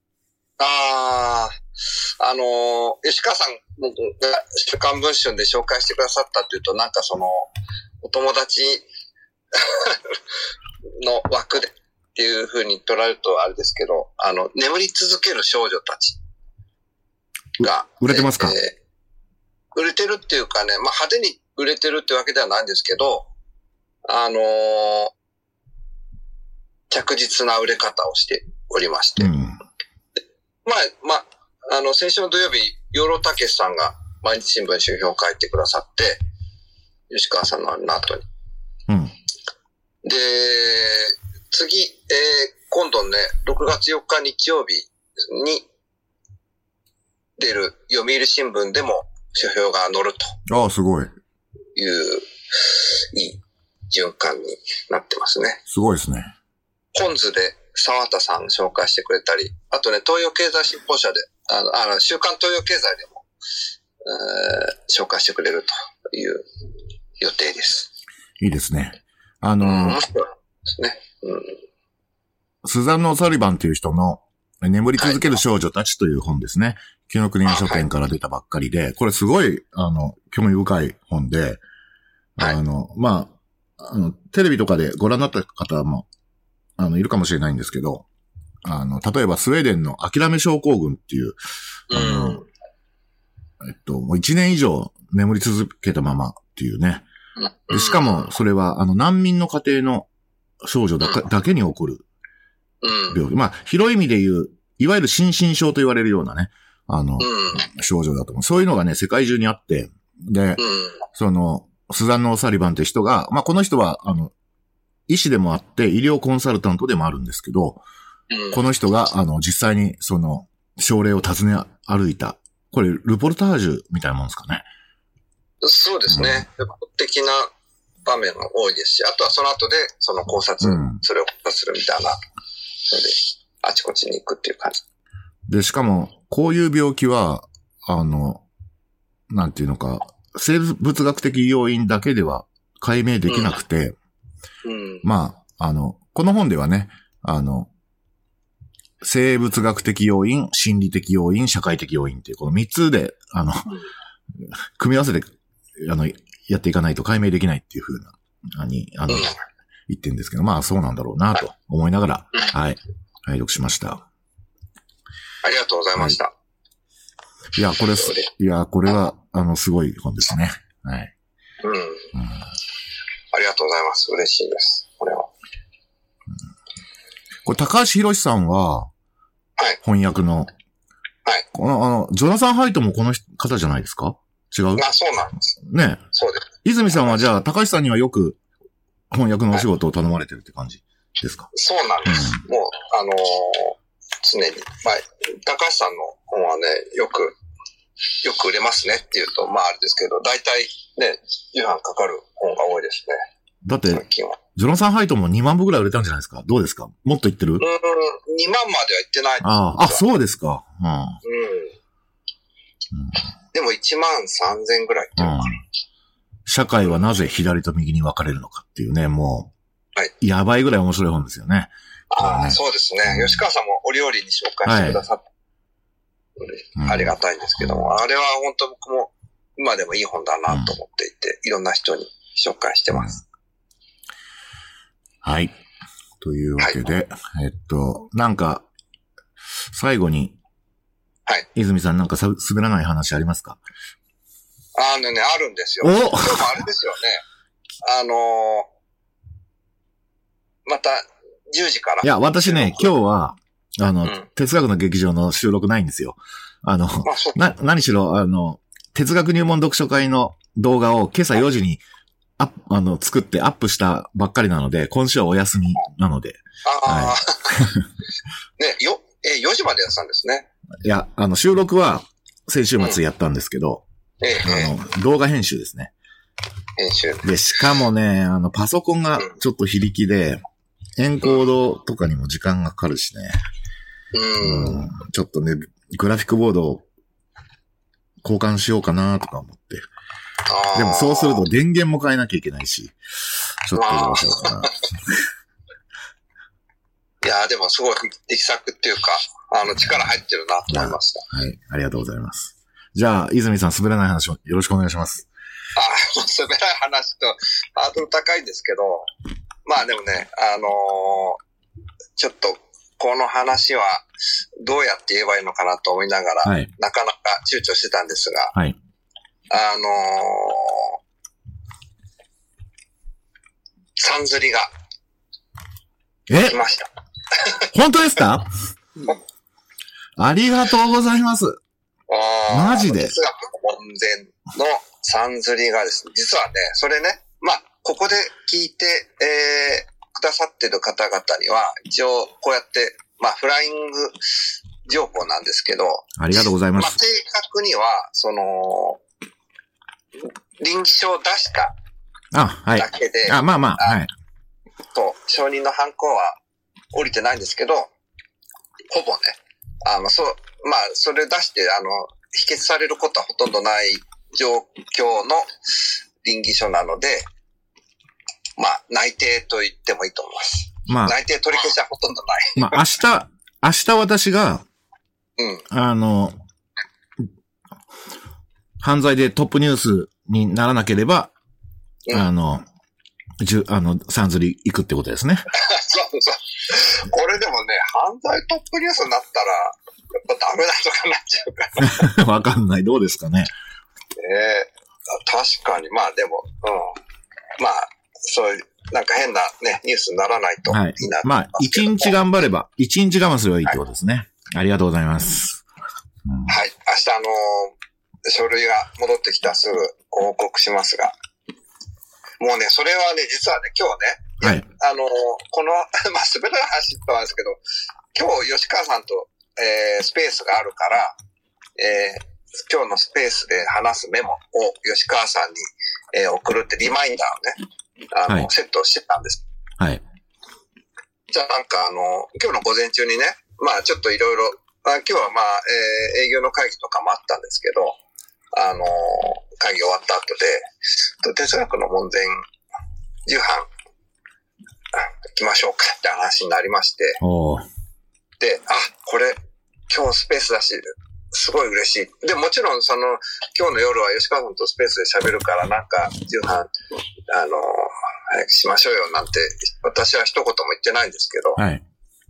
吉川さんが週刊文春で紹介してくださったっていうと、なんかお友達の枠でっていう風に捉えるとあれですけど、眠り続ける少女たちが。 売れてますか？ 売れてるっていうかね、まあ派手に売れてるってわけではないんですけど、着実な売れ方をしておりまして。先週の土曜日、養老孟司さんが毎日新聞週評を書いてくださって、吉川さんの後に。で、次、今度ね、6月4日日曜日に出る読売新聞でも書評が載ると。 ああ、すごい。 いい循環になってますね。 すごいですね。 本図で沢田さん紹介してくれたり、あとね、東洋経済新報社で、週刊東洋経済でも、紹介してくれるという予定です。 いいですね。 面白いですね。 スザンヌ・オサリバンという人の眠り続ける少女たちという本ですね。紀ノ国屋書店から出たばっかりで、これすごい、興味深い本で、テレビとかでご覧になった方も、いるかもしれないんですけど、例えばスウェーデンの諦め症候群っていう、もう1年以上眠り続けたままっていうね。でしかも、それは、難民の家庭の少女だけに起こる病気。まあ、広い意味で言う、いわゆる心身症と言われるようなね、症状だと思う。そういうのがね、世界中にあって、で、スザンヌ・オサリバンって人が、まあ、この人は、医師でもあって、医療コンサルタントでもあるんですけど、この人が、実際に、症例を訪ね歩いた。これ、ルポルタージュみたいなもんですかね。 そうですね。ルポ的な場面が多いですし、あとはその後で、考察、それを考察するみたいな、ので、あちこちに行くっていう感じ。 で、しかも、こういう病気は、なんていうのか、生物学的要因だけでは解明できなくて、まあ、この本ではね、生物学的要因、心理的要因、社会的要因っていう、この3つで、組み合わせて、やっていかないと解明できないっていう風な、言ってるんですけど、まあそうなんだろうなと思いながら、はい、拝読しました。 ありがとうございました。 いや、これは、すごい本ですね。はい。 ありがとうございます。嬉しいです。これは。 これ、高橋博さんは、翻訳の、この、ジョナサン・ハイトもこの方じゃないですか？違う？ そうなんです。 ね。 そうです。 泉さんはじゃあ、高橋さんにはよく翻訳のお仕事を頼まれてるって感じですか？ そうなんです。もう、常に、高橋さんの本はね、よく売れますねっていうと、まああれですけど、大体ね、夕飯かかる本が多いですね。 だって、ジョナサン・ハイトも2万部ぐらい売れたんじゃないですか？どうですか？もっといってる？2万までは行ってないです。 そうですか。 でも1万3000ぐらいっていうのかな。 社会はなぜ左と右に分かれるのかっていうね、もう、やばいぐらい面白い本ですよね。 そうですね。吉川さんも折々に紹介してくださって、ありがたいんですけども、あれは本当僕も今でもいい本だなと思っていて、いろんな人に紹介してます。 はい。というわけで、なんか、最後に、泉さんなんか滑らない話ありますか？ あるんですよ。でもあれですよね。 また10時から。 いや、私ね、今日は、 うん哲学の劇場の収録ないんですよ。何しろ、哲学入門読書会の動画を今朝4時に作ってアップしたばっかりなので、今週はお休みなので。 ああ。 はいね、4時までやってたんですね。 いや、収録は先週末やったんですけど、動画編集ですね。 編集。 で、しかもね、パソコンがちょっと非力で、エンコードとかにも時間がかかるしね。ちょっとね、グラフィックボードを交換しようかなとか思って。でもそうすると電源も変えなきゃいけないし、ちょっとどうしようかな。 いやーでもすごい力作っていうか、力入ってるなと思いました。 はい、ありがとうございます。じゃあ、泉さん、滑らない話をよろしくお願いします。 滑らない話とハードル高いんですけど、まあでもね、ちょっとこの話はどうやって言えばいいのかなと思いながら、 はい、 なかなか躊躇してたんですが、 はい、 さんずりが来ました。 本当ですか？ありがとうございます。マジで？ 哲学の門前のさんずりがですね、実はね、それね、まあ、ここで聞いて、くださってる方々には、一応こうやって、まあ、フライング情報なんですけど、 ありがとうございます。 まあ、正確には、臨時書を出しただけで、 まあ、はい。 承認のハンコは降りてないんですけど、ほぼね、まあ、それ出して、否決されることはほとんどない状況の臨時書なので、まあ、内定と言ってもいいと思います。まあ、内定取り消しはほとんどない。 まあ、明日私が、犯罪でトップニュースにならなければ、さんずり行くってことですね。 そう。これでもね、犯罪トップニュースになったら、やっぱダメなとかなっちゃうから。 わかんない。どうですかね。 確かに。まあでも、まあ、そういう、なんか変なね、ニュースにならないといいなと思いますけど。まあ、 一日頑張れば、一日我慢すればいいってことですね。はい、ありがとうございます。 はい。明日書類が戻ってきたらすぐご報告しますが。もうね、それはね、実はね、今日ね、はい。この、まあ、滑らない話ってなんですけど、今日吉川さんと、スペースがあるから、今日のスペースで話すメモを吉川さんに、送るってリマインダーをね、はい、セットしてたんです。 はい。 じゃあなんか今日の午前中にね、まあちょっといろいろ、今日はまあ、営業の会議とかもあったんですけど、会議終わった後で、哲学の門前重版行きましょうかって話になりまして、で、これ今日スペースだし、すごい嬉しい。で、もちろん今日の夜は吉川さんとスペースで喋るから、なんか重版、早くしましょうよなんて、私は一言も言ってないんですけど、 はい。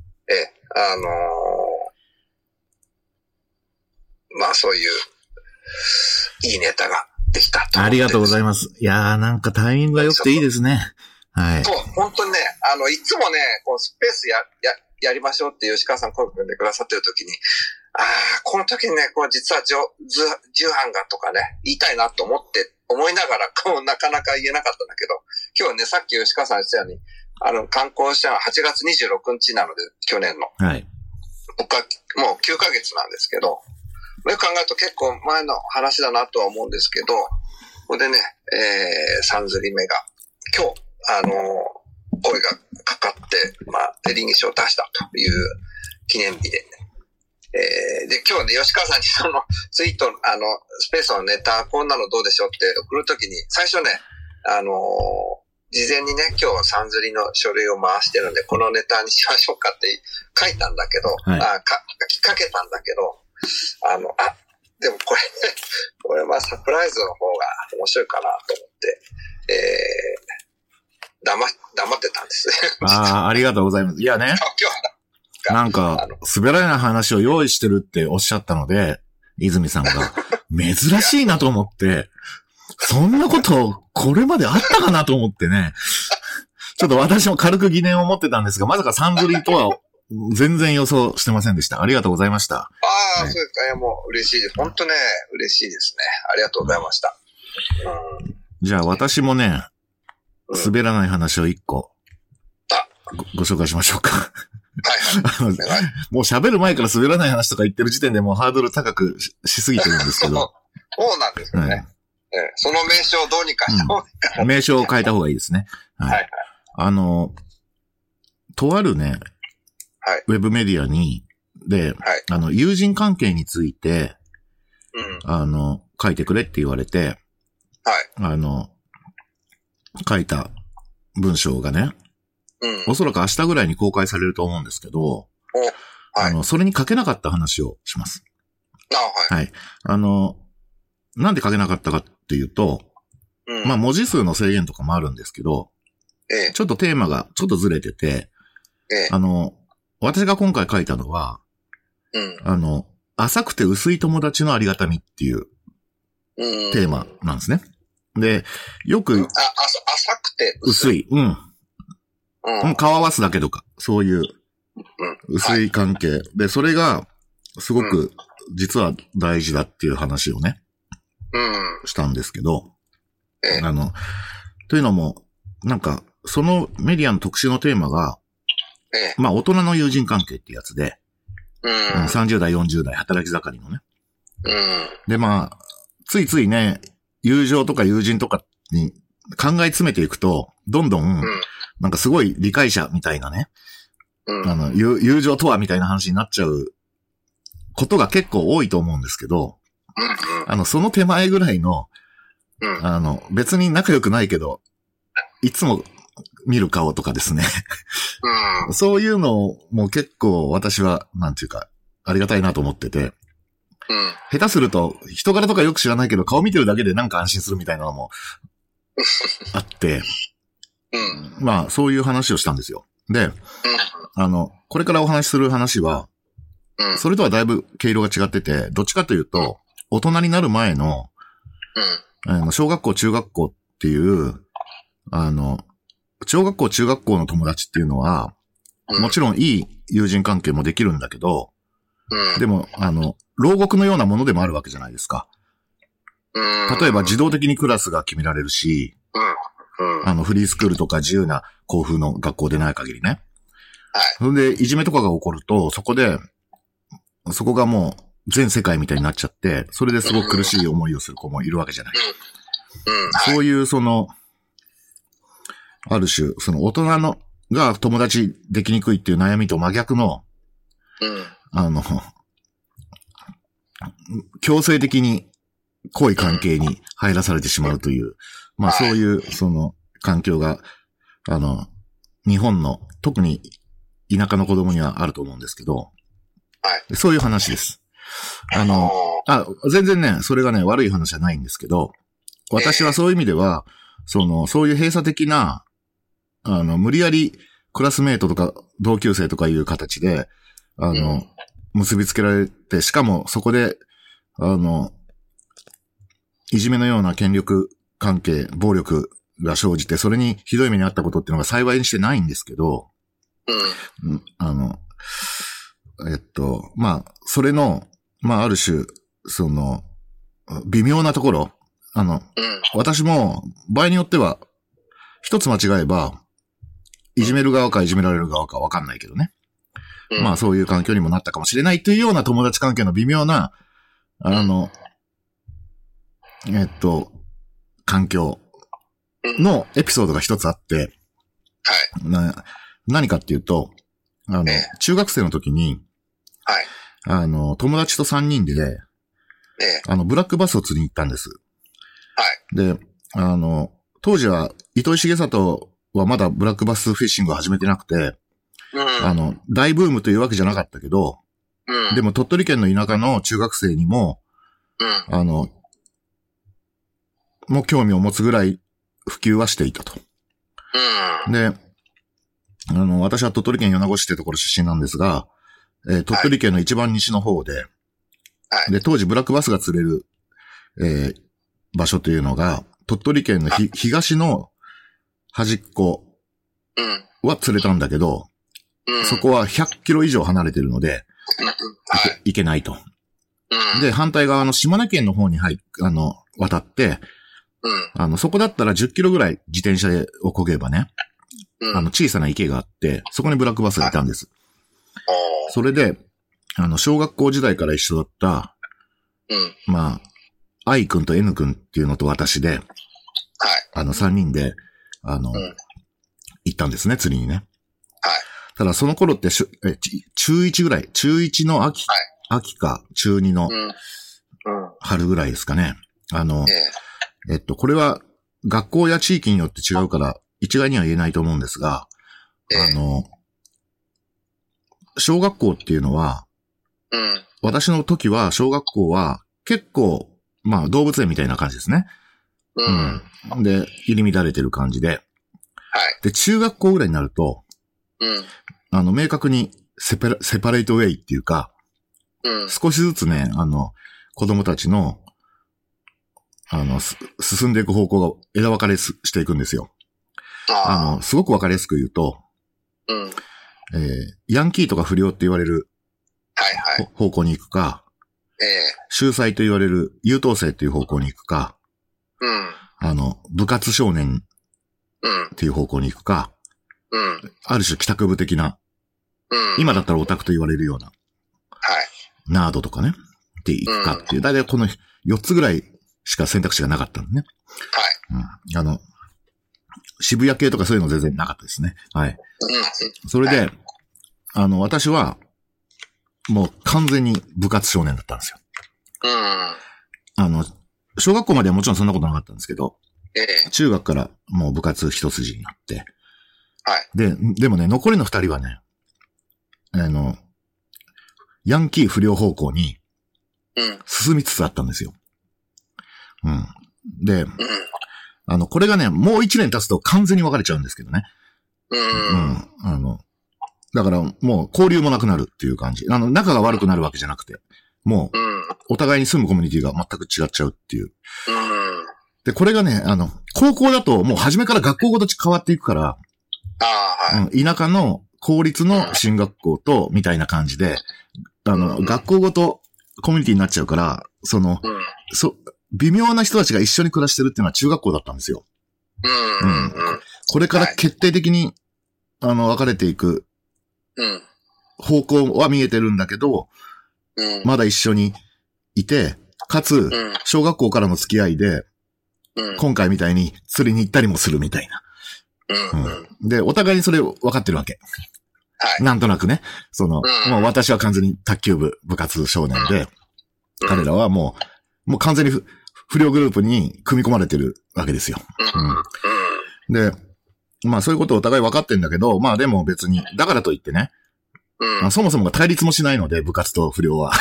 まあそういう、いいネタができたと。 ありがとうございます。いやー、なんかタイミングが良くていいですね。はい。 そう、本当にね、いつもね、こうスペースやりましょうって吉川さん声をかけてくださってる時に、この時にね、こう実は重版がとかね、言いたいなと思いながら、なかなか言えなかったんだけど、今日ね、さっき吉川さん言ってたように、刊行したのは8月26日なので、去年の。 はい。 僕はもう9ヶ月なんですけど、よく考えると結構前の話だなとは思うんですけど、ここでね、さんずり目が、今日、声がかかって、まあ、臨議書を出したという記念日で、で、今日ね、吉川さんにツイート、スペースのネタ、こんなのどうでしょうって送るときに、最初ね、事前にね、今日さんずりの書類を回してるんで、このネタにしましょうかって書いたんだけど、 はい、 書きかけたんだけど、でもこれまあサプライズの方が面白いかなと思って、黙ってたんですね。 ありがとうございます。いやね。なんか、滑らない話を用意してるっておっしゃったので、泉さんが、珍しいなと思って、そんなこと、これまであったかなと思ってね。 ちょっと私も軽く疑念を持ってたんですが、まさか3ぶりとは全然予想してませんでした。ありがとうございました。 ああ、そうですか。いや、もう嬉しいです。本当ね、嬉しいですね。ありがとうございました。 じゃあ私もね、滑らない話を1個ご紹介しましょうか。はいはい。もう喋る前から滑らない話とか言ってる時点でもうハードル高く しすぎてるんですけど。 そうなんですよね。その名称をどうにかした方がいいかな。 名称を変えた方がいいですね。はい。はいはい、とあるね、はい、ウェブメディアで、はい、友人関係について、書いてくれって言われて、はい。書いた文章がね、おそらく明日ぐらいに公開されると思うんですけど、はい、それに書けなかった話をします。はい。なんで書けなかったかっていうと、まあ文字数の制限とかもあるんですけど、ちょっとテーマがちょっとずれてて、私が今回書いたのは、浅くて薄い友達のありがたみっていうテーマなんですね。で、よく、 浅くて薄い。顔合わすだけとか、そういう薄い関係。で、それがすごく実は大事だっていう話をね、したんですけど、というのも、なんか、そのメディアの特集のテーマが、まあ大人の友人関係ってやつで、30代、40代、働き盛りのね。で、まあ、ついついね、友情とか友人とかに考え詰めていくと、どんどん、なんかすごい理解者みたいなね、友情とはみたいな話になっちゃうことが結構多いと思うんですけど、その手前ぐらいの、別に仲良くないけど、いつも見る顔とかですね。そういうのも結構私は、なんていうか、ありがたいなと思ってて、下手すると、人柄とかよく知らないけど、顔見てるだけでなんか安心するみたいなのもあって、まあ、そういう話をしたんですよ。で、これからお話しする話は、それとはだいぶ毛色が違ってて、どっちかというと、大人になる前の、小学校、中学校っていう、小学校、中学校の友達っていうのは、もちろんいい友人関係もできるんだけど、でも、牢獄のようなものでもあるわけじゃないですか。例えば自動的にクラスが決められるし、フリースクールとか自由な校風の学校でない限りね。それで、いじめとかが起こると、そこがもう全世界みたいになっちゃって、それですごく苦しい思いをする子もいるわけじゃない。そういうある種、大人が友達できにくいっていう悩みと真逆の、強制的に濃い関係に入らされてしまうという、まあそういう、環境が、日本の、特に田舎の子供にはあると思うんですけど、そういう話です。全然ね、それがね、悪い話じゃないんですけど、私はそういう意味では、そういう閉鎖的な、無理やりクラスメイトとか同級生とかいう形で、結びつけられて、しかもそこで、いじめのような権力関係、暴力が生じて、それにひどい目に遭ったことっていうのが幸いにしてないんですけど、まあ、それの、まあ、ある種、微妙なところ、私も、場合によっては、一つ間違えば、いじめる側かいじめられる側かわかんないけどね。まあ、そういう環境にもなったかもしれないというような友達関係の微妙な、環境のエピソードが一つあって、何かっていうと、中学生の時に、友達と3人で、ブラックバスを釣りに行ったんです。で、当時は、糸井重里はまだブラックバスフィッシングを始めてなくて、大ブームというわけじゃなかったけど、でも鳥取県の田舎の中学生にも、もう興味を持つぐらい普及はしていたと。で、私は鳥取県米子市ってところ出身なんですが、鳥取県の一番西の方で、で、当時ブラックバスが釣れる、場所というのが、鳥取県の東の端っこうん。 は釣れたんだけど、 うん。 そこは100キロ以上離れてるので、 はい。 行けないと。 うん。 で、反対側の島根県の方に渡って、 うん。 そこだったら10キロぐらい自転車で漕げばね、 うん。 小さな池があって、そこにブラックバスがいたんです。 おー。 それで、小学校時代から一緒だった、 うん。 まあ、愛くんと N くんっていうのと私で、 はい。 3人で、 ん行ったんですね、釣りにね。 はい。 ただその頃って中1ぐらい、中1の秋か中2のうん。うん。 春ぐらいですかね。 ええ。 これは学校や地域によって違うから一概には言えないと思うんですが、 ええ。 小学校っていうのは、 うん。 私の時は小学校は結構、まあ動物園みたいな感じですね。 うん。 うん。で、入り乱れてる感じで。 はい。 で、中学校ぐらいになると、 うん。 明確にセパレートウェイっていうか、 うん。 少しずつね、子供たちの、進んでいく方向が枝分かれしていくんですよ。 あすごくわかりやすく言うと、 あ。うん。 ヤンキーとか不良って言われるはいはい。 方向に行くか、 ええ。 秀才と言われる優等生っていう方向に行くか、 うん。 部活少年うん。 っていう方向に行くか、 うん。 ある種帰宅部的な、 うん。 今だったらオタクと言われるような、 はい。 ナードとかね、って行くかっていう、だいたいこの4つぐらいしか選択肢がなかったのね。 はい。 うん。渋谷系とかそういうの全然なかったですね。はい。 うん。 それで、 は私は、もう完全に部活少年だったんですよ。 うん。 小学校まではもちろんそんなことなかったんですけど、 ええ。 中学からもう部活一筋になって、 はい。 でもね、残りの2人はね、ヤンキー不良方向にうん。 進みつつあったんですよ。うん。で、 うん。 これがね、もう1年経つと完全に分かれちゃうんですけどね。 う。 うんん。だからもう交流もなくなるっていう感じ。仲が悪くなるわけじゃなくて、もう、 うん。 お互いに住むコミュニティが全く違っちゃうっていう。 うん。 で、これがね、高校だともう初めから学校ごと変わっていくから、 ああ、はい。 田舎の公立の進学校と、みたいな感じで、学校ごとコミュニティになっちゃうから、 うん。 微妙な人たちが一緒に暮らしてるっていうのは中学校だったんですよ。 うん。うん。 これから決定的に、分かれていくうん。 方向は見えてるんだけど、 うん。 まだ一緒にいて、かつ、 うん。 小学校からの付き合いで、 うん。 今回みたいに釣りに行ったりもするみたいな。 うん。 で、お互いにそれ分かってるわけ。 はい。 なんとなくね。もう私は完全に卓球部、部活少年で、彼らはもう完全に不良グループに組み込まれてるわけですよ。で、まあそういうことをお互い分かってんだけど、まあでも別に、だからといってね、そもそもが対立もしないので、部活と不良は。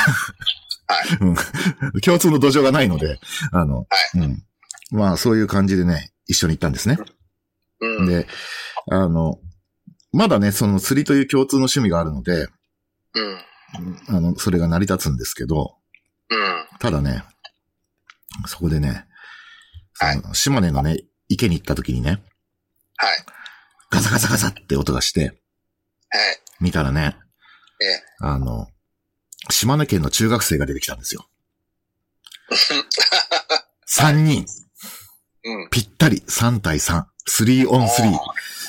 共通の土壌がないので、まあそういう感じでね、一緒に行ったんですね。で、まだね、その釣りという共通の趣味があるので、それが成り立つんですけど、ただね、そこでね、島根のね、池に行った時にね、ガサガサガサって音がして、見たらね、島根県の中学生が出てきたんですよ。3人。ぴったり3対3。3 on 3。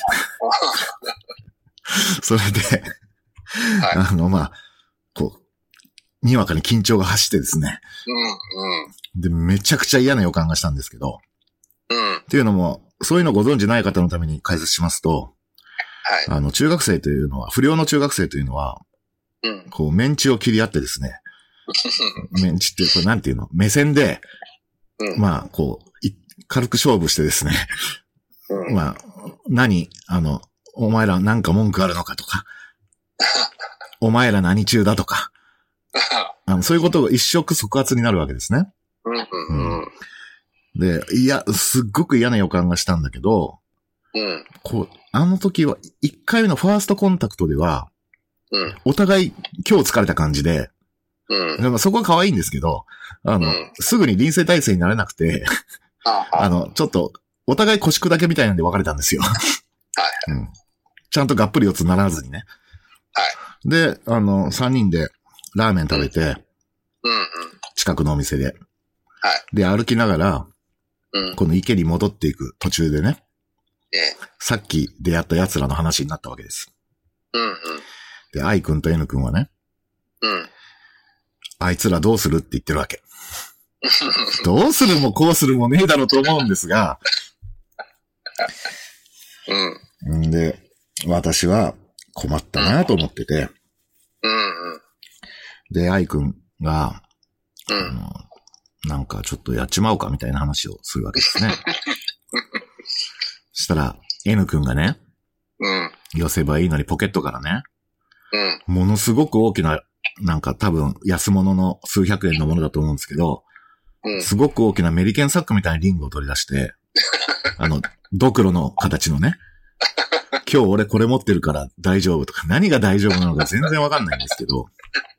それで、まあ、こう、にわかに緊張が走ってですね。で、めちゃくちゃ嫌な予感がしたんですけど。っていうのも、そういうのをご存知ない方のために解説しますと、中学生というのは、不良の中学生というのは、こう、メンチを切り合ってですね。メンチって、これなんていうの？目線で、まあ、こう、軽く勝負してですね。まあ、お前らなんか文句あるのかとか、お前ら何中だとか、そういうことが一触即発になるわけですね。で、すっごく嫌な予感がしたんだけど、こう、あの時は、1回目のファーストコンタクトでは、お互い今日疲れた感じで、でもそこは可愛いんですけど、すぐに臨戦態勢になれなくて、ちょっと、お互い腰砕けみたいなんで別れたんですよ。 ちゃんとがっぷり四つならずにね。 はい。 で、3人でラーメン食べて、 うんうん。 近くのお店で。 はい。 で、歩きながら、 うん。 この池に戻っていく途中でね、 え。 さっき出会った奴らの話になったわけです。 うんうん。 で、愛くんと N くんはね、 うん。 あいつらどうするって言ってるわけ。どうするもこうするもねえだろうと思うんですが、 うん。 んで、私は困ったなと思ってて、 うんうん。 で、愛くんが、 うんなんかちょっとやっちまおうかみたいな話をするわけですね。そしたら、N くんがね、 うん。 寄せばいいのにポケットからね、 うん。 ものすごく大きな、なんか多分安物の数百円のものだと思うんですけど、 うん。 すごく大きなメリケンサックみたいなリングを取り出して、ドクロの形のね、今日俺これ持ってるから大丈夫とか、何が大丈夫なのか全然わかんないんですけど、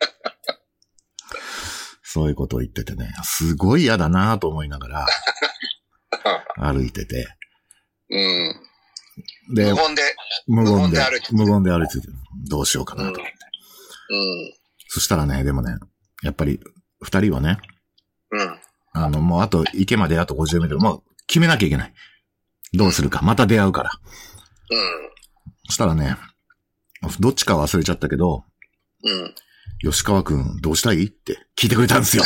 そういうことを言っててね、すごい嫌だなと思いながら、歩いてて。 うん。 で、 無言で歩いてて。 無言で歩いてて、どうしようかなと思って。 うん。 そしたらね、でもね、やっぱり、二人はね、 うん。 もうあと、池まであと50メートル、もう決めなきゃいけない。どうするか、また出会うから。 うん。 そしたらね、どっちか忘れちゃったけど、 うん。 吉川くんどうしたいって聞いてくれたんですよ。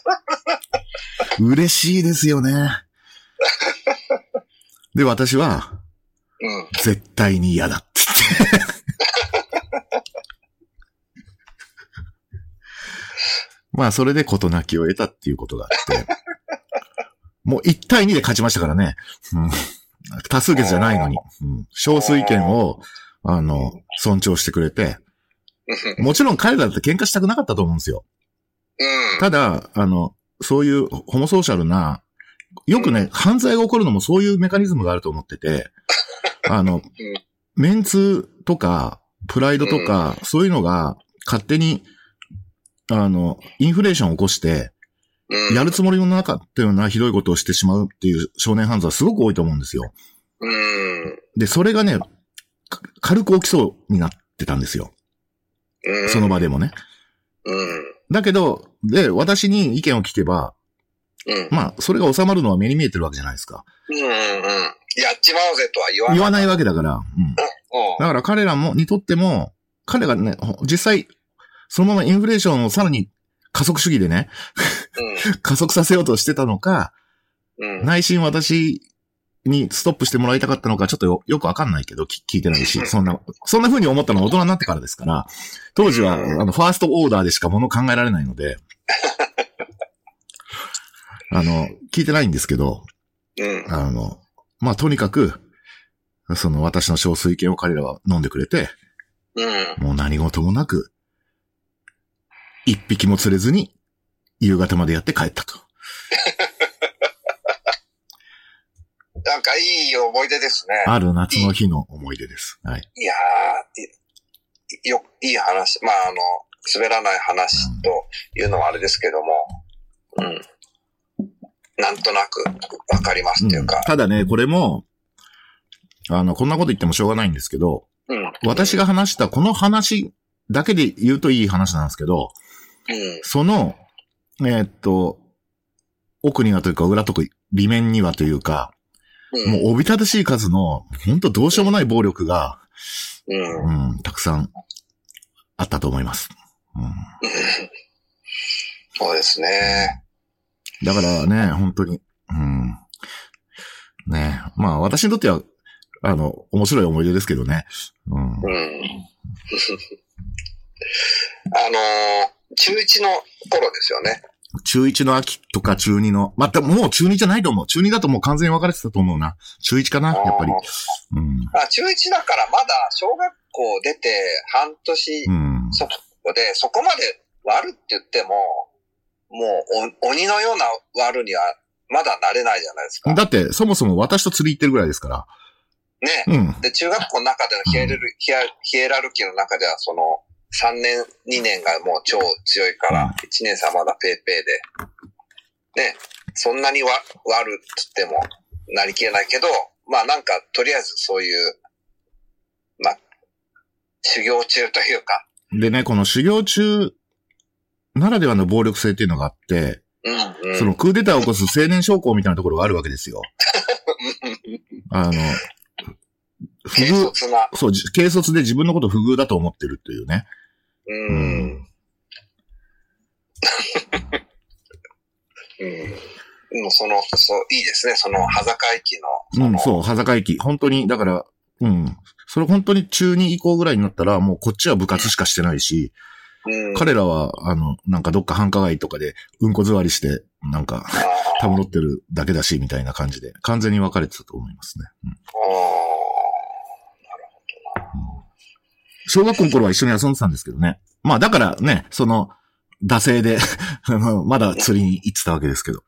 嬉しいですよね。で、私は、 うん。 絶対に嫌だって言って。まあ、それで事なきを得たっていうことがあって。もう1対2で勝ちましたからね。うん、多数決じゃないのに。うん、少数意見を、尊重してくれて。もちろん彼らだって喧嘩したくなかったと思うんですよ。 うん。 ただ、そういうホモソーシャルな、よくね、犯罪が起こるのもそういうメカニズムがあると思ってて、メンツとか、プライドとか、そういうのが勝手に、インフレーションを起こして、やるつもりの中っていうようなひどいことをしてしまうっていう少年犯罪はすごく多いと思うんですよ。で、それがね、軽く起きそうになってたんですよ。その場でもね。だけど、で、私に意見を聞けば、まあ、それが収まるのは目に見えてるわけじゃないですか。 やっちまおうぜとは言わないわけだから。だから彼らにとっても、彼がね、実際、そのままインフレーションをさらに加速主義でね、加速させようとしてたのか、内心私にストップしてもらいたかったのか、ちょっとよくわかんないけど、聞いてないし、そんな風に思ったのは大人になってからですから、当時は、ファーストオーダーでしかもの考えられないので、聞いてないんですけど、まあ、とにかく、私の少数意見を彼らは飲んでくれて、もう何事もなく、一匹も釣れずに、夕方までやって帰ったと。 なんかいい思い出ですね。 ある夏の日の思い出です。はい。 いやー、いい話。まあ、滑らない話というのはあれですけども、なんとなくわかりますっていうか。 ただね、これも、こんなこと言ってもしょうがないんですけど、私が話したこの話だけで言うといい話なんですけど、その、奥にはというか裏とか、裏面にはというか、もうおびただしい数の、本当どうしようもない暴力が、たくさんあったと思います。 そうですね。 だからね、本当に、ね、まあ私にとっては、面白い思い出ですけどね。 中1の頃ですよね。 中1の秋とか中2の、またもう中2じゃないと思う。中2だともう完全に分かれてたと思うな。中1かな、やっぱり。 中1だからまだ小学校出て半年、そこまで悪って言っても、もう鬼のような悪にはまだなれないじゃないですか。 だってそもそも私と釣り行ってるぐらいですから。 ね。で、中学校の中でのヒエラルキーの中では3年、2年がもう超強いから、1年生はまだペーペーで、ね、そんなに悪って言ってもなりきれないけど、まあなんかとりあえずそういう、まあ修行中というか。 でね、この修行中ならではの暴力性っていうのがあって、そのクーデターを起こす青年将校みたいなところがあるわけですよ。 軽率な。 そう、軽率で自分のこと不遇だと思ってるっていうね。 もうそう、いいですね。その、端境期の。 そう、端境期。本当に、だから、それ本当に中2以降ぐらいになったら、もうこっちは部活しかしてないし、彼らは、なんかどっか繁華街とかで、うんこ座りして、なんか、たむろってるだけだし、みたいな感じで、完全に分かれてたと思いますね。なるほどな。小学校の頃は一緒に遊んでたんですけどね。まあだからね、その、惰性で、まだ釣りに行ってたわけですけど。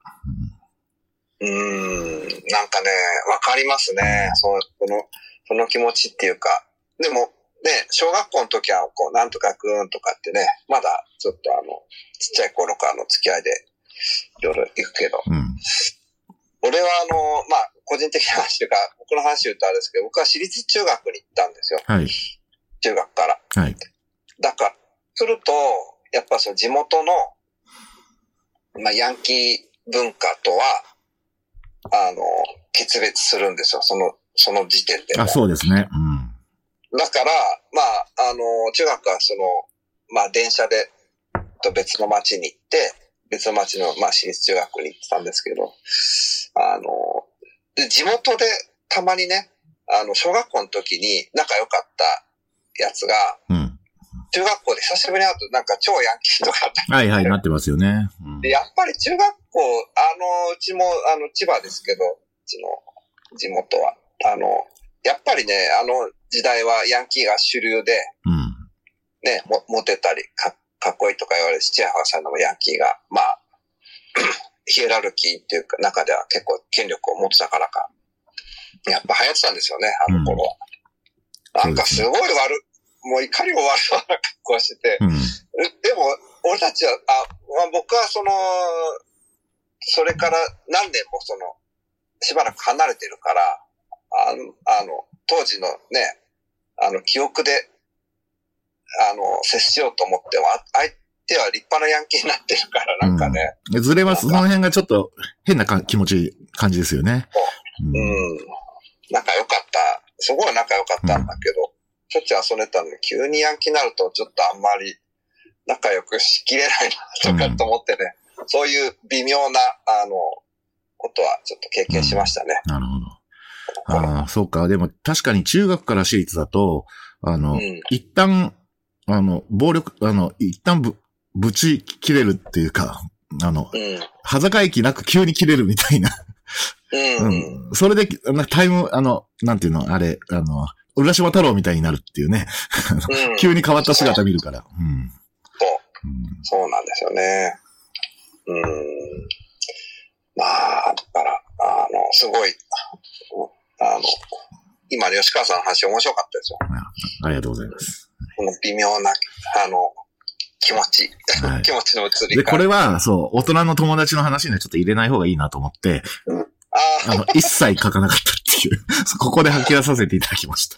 なんかね、わかりますね。その気持ちっていうか。でも、ね、小学校の時は、こう、なんとかくーんとかってね、まだ、ちょっとちっちゃい頃からの付き合いで、いろいろ行くけど。俺はまあ、個人的な話というか、僕の話言うとあれですけど、僕は私立中学に行ったんですよ。 はい。 中学から。 はい。 だから、すると、やっぱその地元の、まあ、ヤンキー文化とは、決別するんですよ。その時点で。 そうですね。 だから、まあ、中学はまあ、電車で、別の町に行って、別の町の、まあ、私立中学に行ってたんですけど、で、地元でたまにね、小学校の時に仲良かったやつが、中学校で久しぶりに会うとなんか超ヤンキーとかあった。 はいはい、なってますよね。 で、やっぱり中学校、うちも、千葉ですけど、うちの地元は。やっぱりね、時代はヤンキーが主流で、ね、モテたり、かっこいいとか言われる七八歳のヤンキーが、まあ、ヒエラルキーっていうか、中では結構権力を持ってたからか、やっぱ流行ってたんですよね、あの頃は。なんかすごいもう怒りも悪そうな格好してて、でも、俺たちは、僕はそれから何年もしばらく離れてるから、当時のね、記憶で、接しようと思っても、相手は立派なヤンキーになってるから、なんかね。 ずれます。その辺がちょっと変な感じですよね。 仲良かった。すごい仲良かったんだけど、しょっちゅう遊んでたのに、急にヤンキーになると、ちょっとあんまり仲良くしきれないな、とかと思ってね、そういう微妙な、ことはちょっと経験しましたね。 なるほど。そうか。でも確かに中学から私立だと、一旦、暴力、一旦ぶち切れるっていうか、端境期なく急に切れるみたいな。それで、タイム、なんていうの、あれ、浦島太郎みたいになるっていうね。急に変わった姿見るから。 そうなんですよね。まあ、だから、すごい、今の吉川さんの話面白かったですよ。 ありがとうございます。 この微妙な、気持ちの移り。 で、これは、そう、大人の友達の話にはちょっと入れない方がいいなと思って、一切書かなかったっていう、ここで吐き出させていただきました。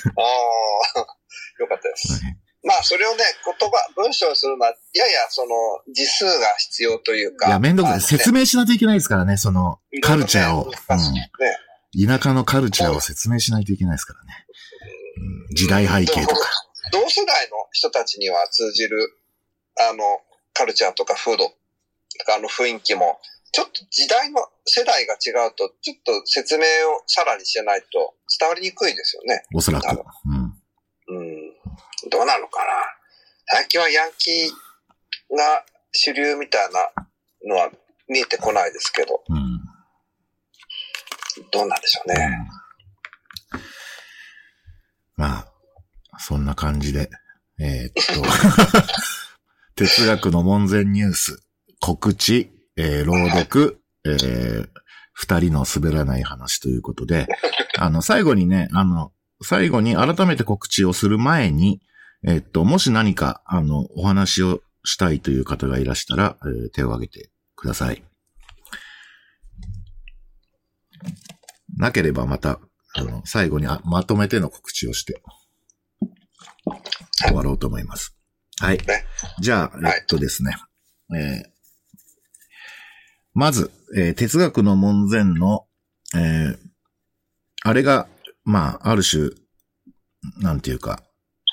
よかったです。まあ、それをね、文章にするのは、やや字数が必要というか。 いや、めんどくさい。説明しないといけないですからね、カルチャーを。田舎のカルチャーを説明しないといけないですからね。時代背景とか。 同世代の人たちには通じる、カルチャーとか風土とか雰囲気も、ちょっと時代の世代が違うと、ちょっと説明をさらにしないと伝わりにくいですよね。 おそらく。 どうなのかな。最近はヤンキーが主流みたいなのは見えてこないですけど。どうなんでしょうね。 まあ、そんな感じで。哲学の門前ニュース、告知、朗読、二人の滑らない話ということで、最後にね、最後に改めて告知をする前に、もし何か、お話をしたいという方がいらしたら、手を挙げてください。なければまた、最後にまとめての告知をして。 終わろうと思います。はい。 ね、 じゃあ、ですね。まず、哲学の門前の、あれが、まあ、ある種、なんていうか、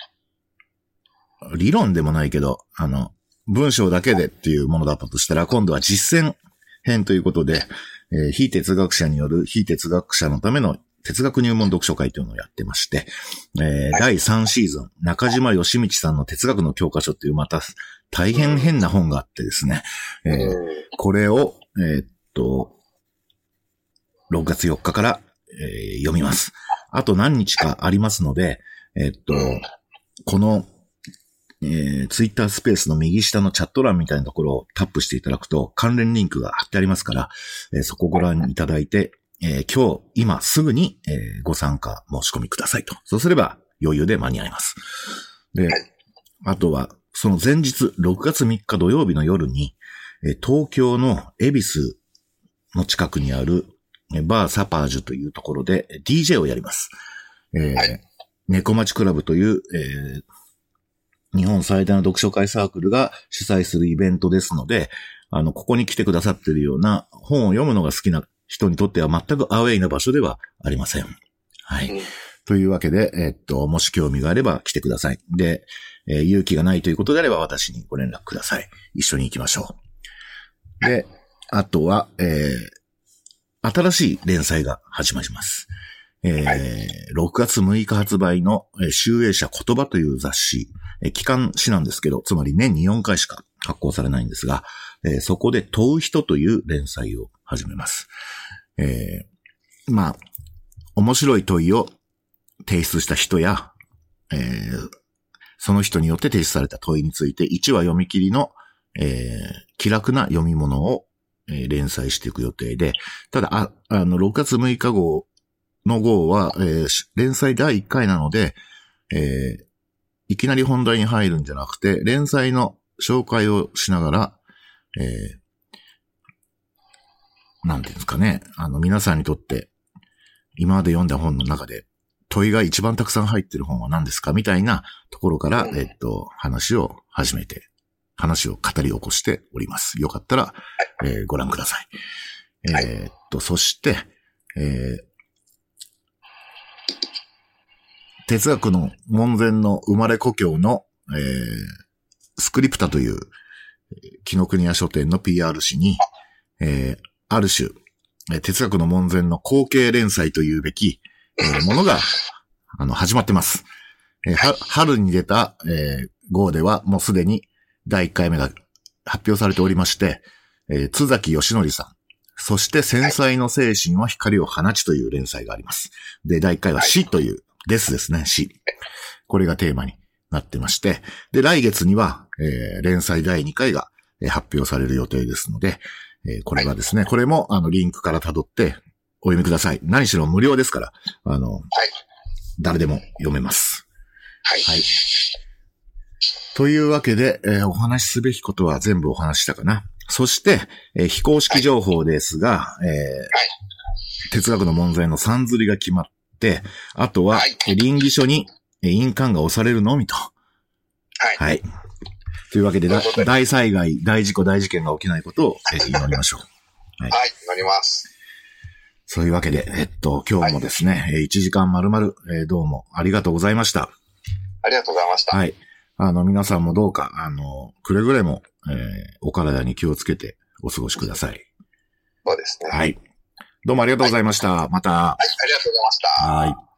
理論でもないけど、文章だけでっていうものだったとしたら、今度は実践編ということで、非哲学者による非哲学者のための哲学入門読書会というのをやってまして、第3シーズン、中島義道さんの哲学の教科書っていうまた大変変な本があってですね、これを、6月4日から、読みます。あと何日かありますので、この、ツイッタースペースの右下のチャット欄みたいなところをタップしていただくと関連リンクが貼ってありますから、そこをご覧いただいて、今すぐに、ご参加申し込みくださいと。そうすれば余裕で間に合います。で、あとはその前日6月3日土曜日の夜に、東京の恵比寿の近くにあるバーサパージュというところで DJ をやります。猫町クラブという、日本最大の読書会サークルが主催するイベントですので、ここに来てくださっているような本を読むのが好きな人にとっては全くアウェイな場所ではありません。はい。というわけで、もし興味があれば来てください。で、勇気がないということであれば私にご連絡ください。一緒に行きましょう。で、あとは、新しい連載が始まります。6月6日発売の集英社言葉という雑誌、期刊誌なんですけど、つまり年に4回しか発行されないんですが、そこで問う人という連載を始めます。まあ、面白い問いを提出した人や、その人によって提出された問いについて1話読み切りの、気楽な読み物を、連載していく予定で、ただ、6月6日号の号は、連載第1回なので、いきなり本題に入るんじゃなくて、連載の紹介をしながら、なんていうんですかね、皆さんにとって、今まで読んだ本の中で、問いが一番たくさん入っている本は何ですかみたいなところから、話を語り起こしております。よかったら、ご覧ください。そして、哲学の門前の生まれ故郷の、スクリプタという紀ノ国屋書店の PR 誌に、ある種、哲学の門前の後継連載というべき、ものが始まってます。春に出た、号ではもうすでに第1回目が発表されておりまして、津崎義則さん、そして繊細の精神は光を放ちという連載があります。で、第1回は死という、ですね、死。これがテーマになってまして、で、来月には、連載第2回が発表される予定ですので、これはですね、これもリンクから辿ってお読みください。何しろ無料ですから、誰でも読めます。はい。というわけで、お話しすべきことは全部お話したかな。そして、非公式情報ですが、哲学の門前の3釣りが決まって、あとは、稟議書に印鑑が押されるのみと。はい。というわけで、大災害、大事故、大事件が起きないことを祈りましょう。 はい、祈ります。 そういうわけで、今日もですね、1時間丸々、どうもありがとうございました。 ありがとうございました。 はい。皆さんもどうか、くれぐれも、お体に気をつけてお過ごしください。 そうですね。 はい。どうもありがとうございました。また。 はい、ありがとうございました。 はい。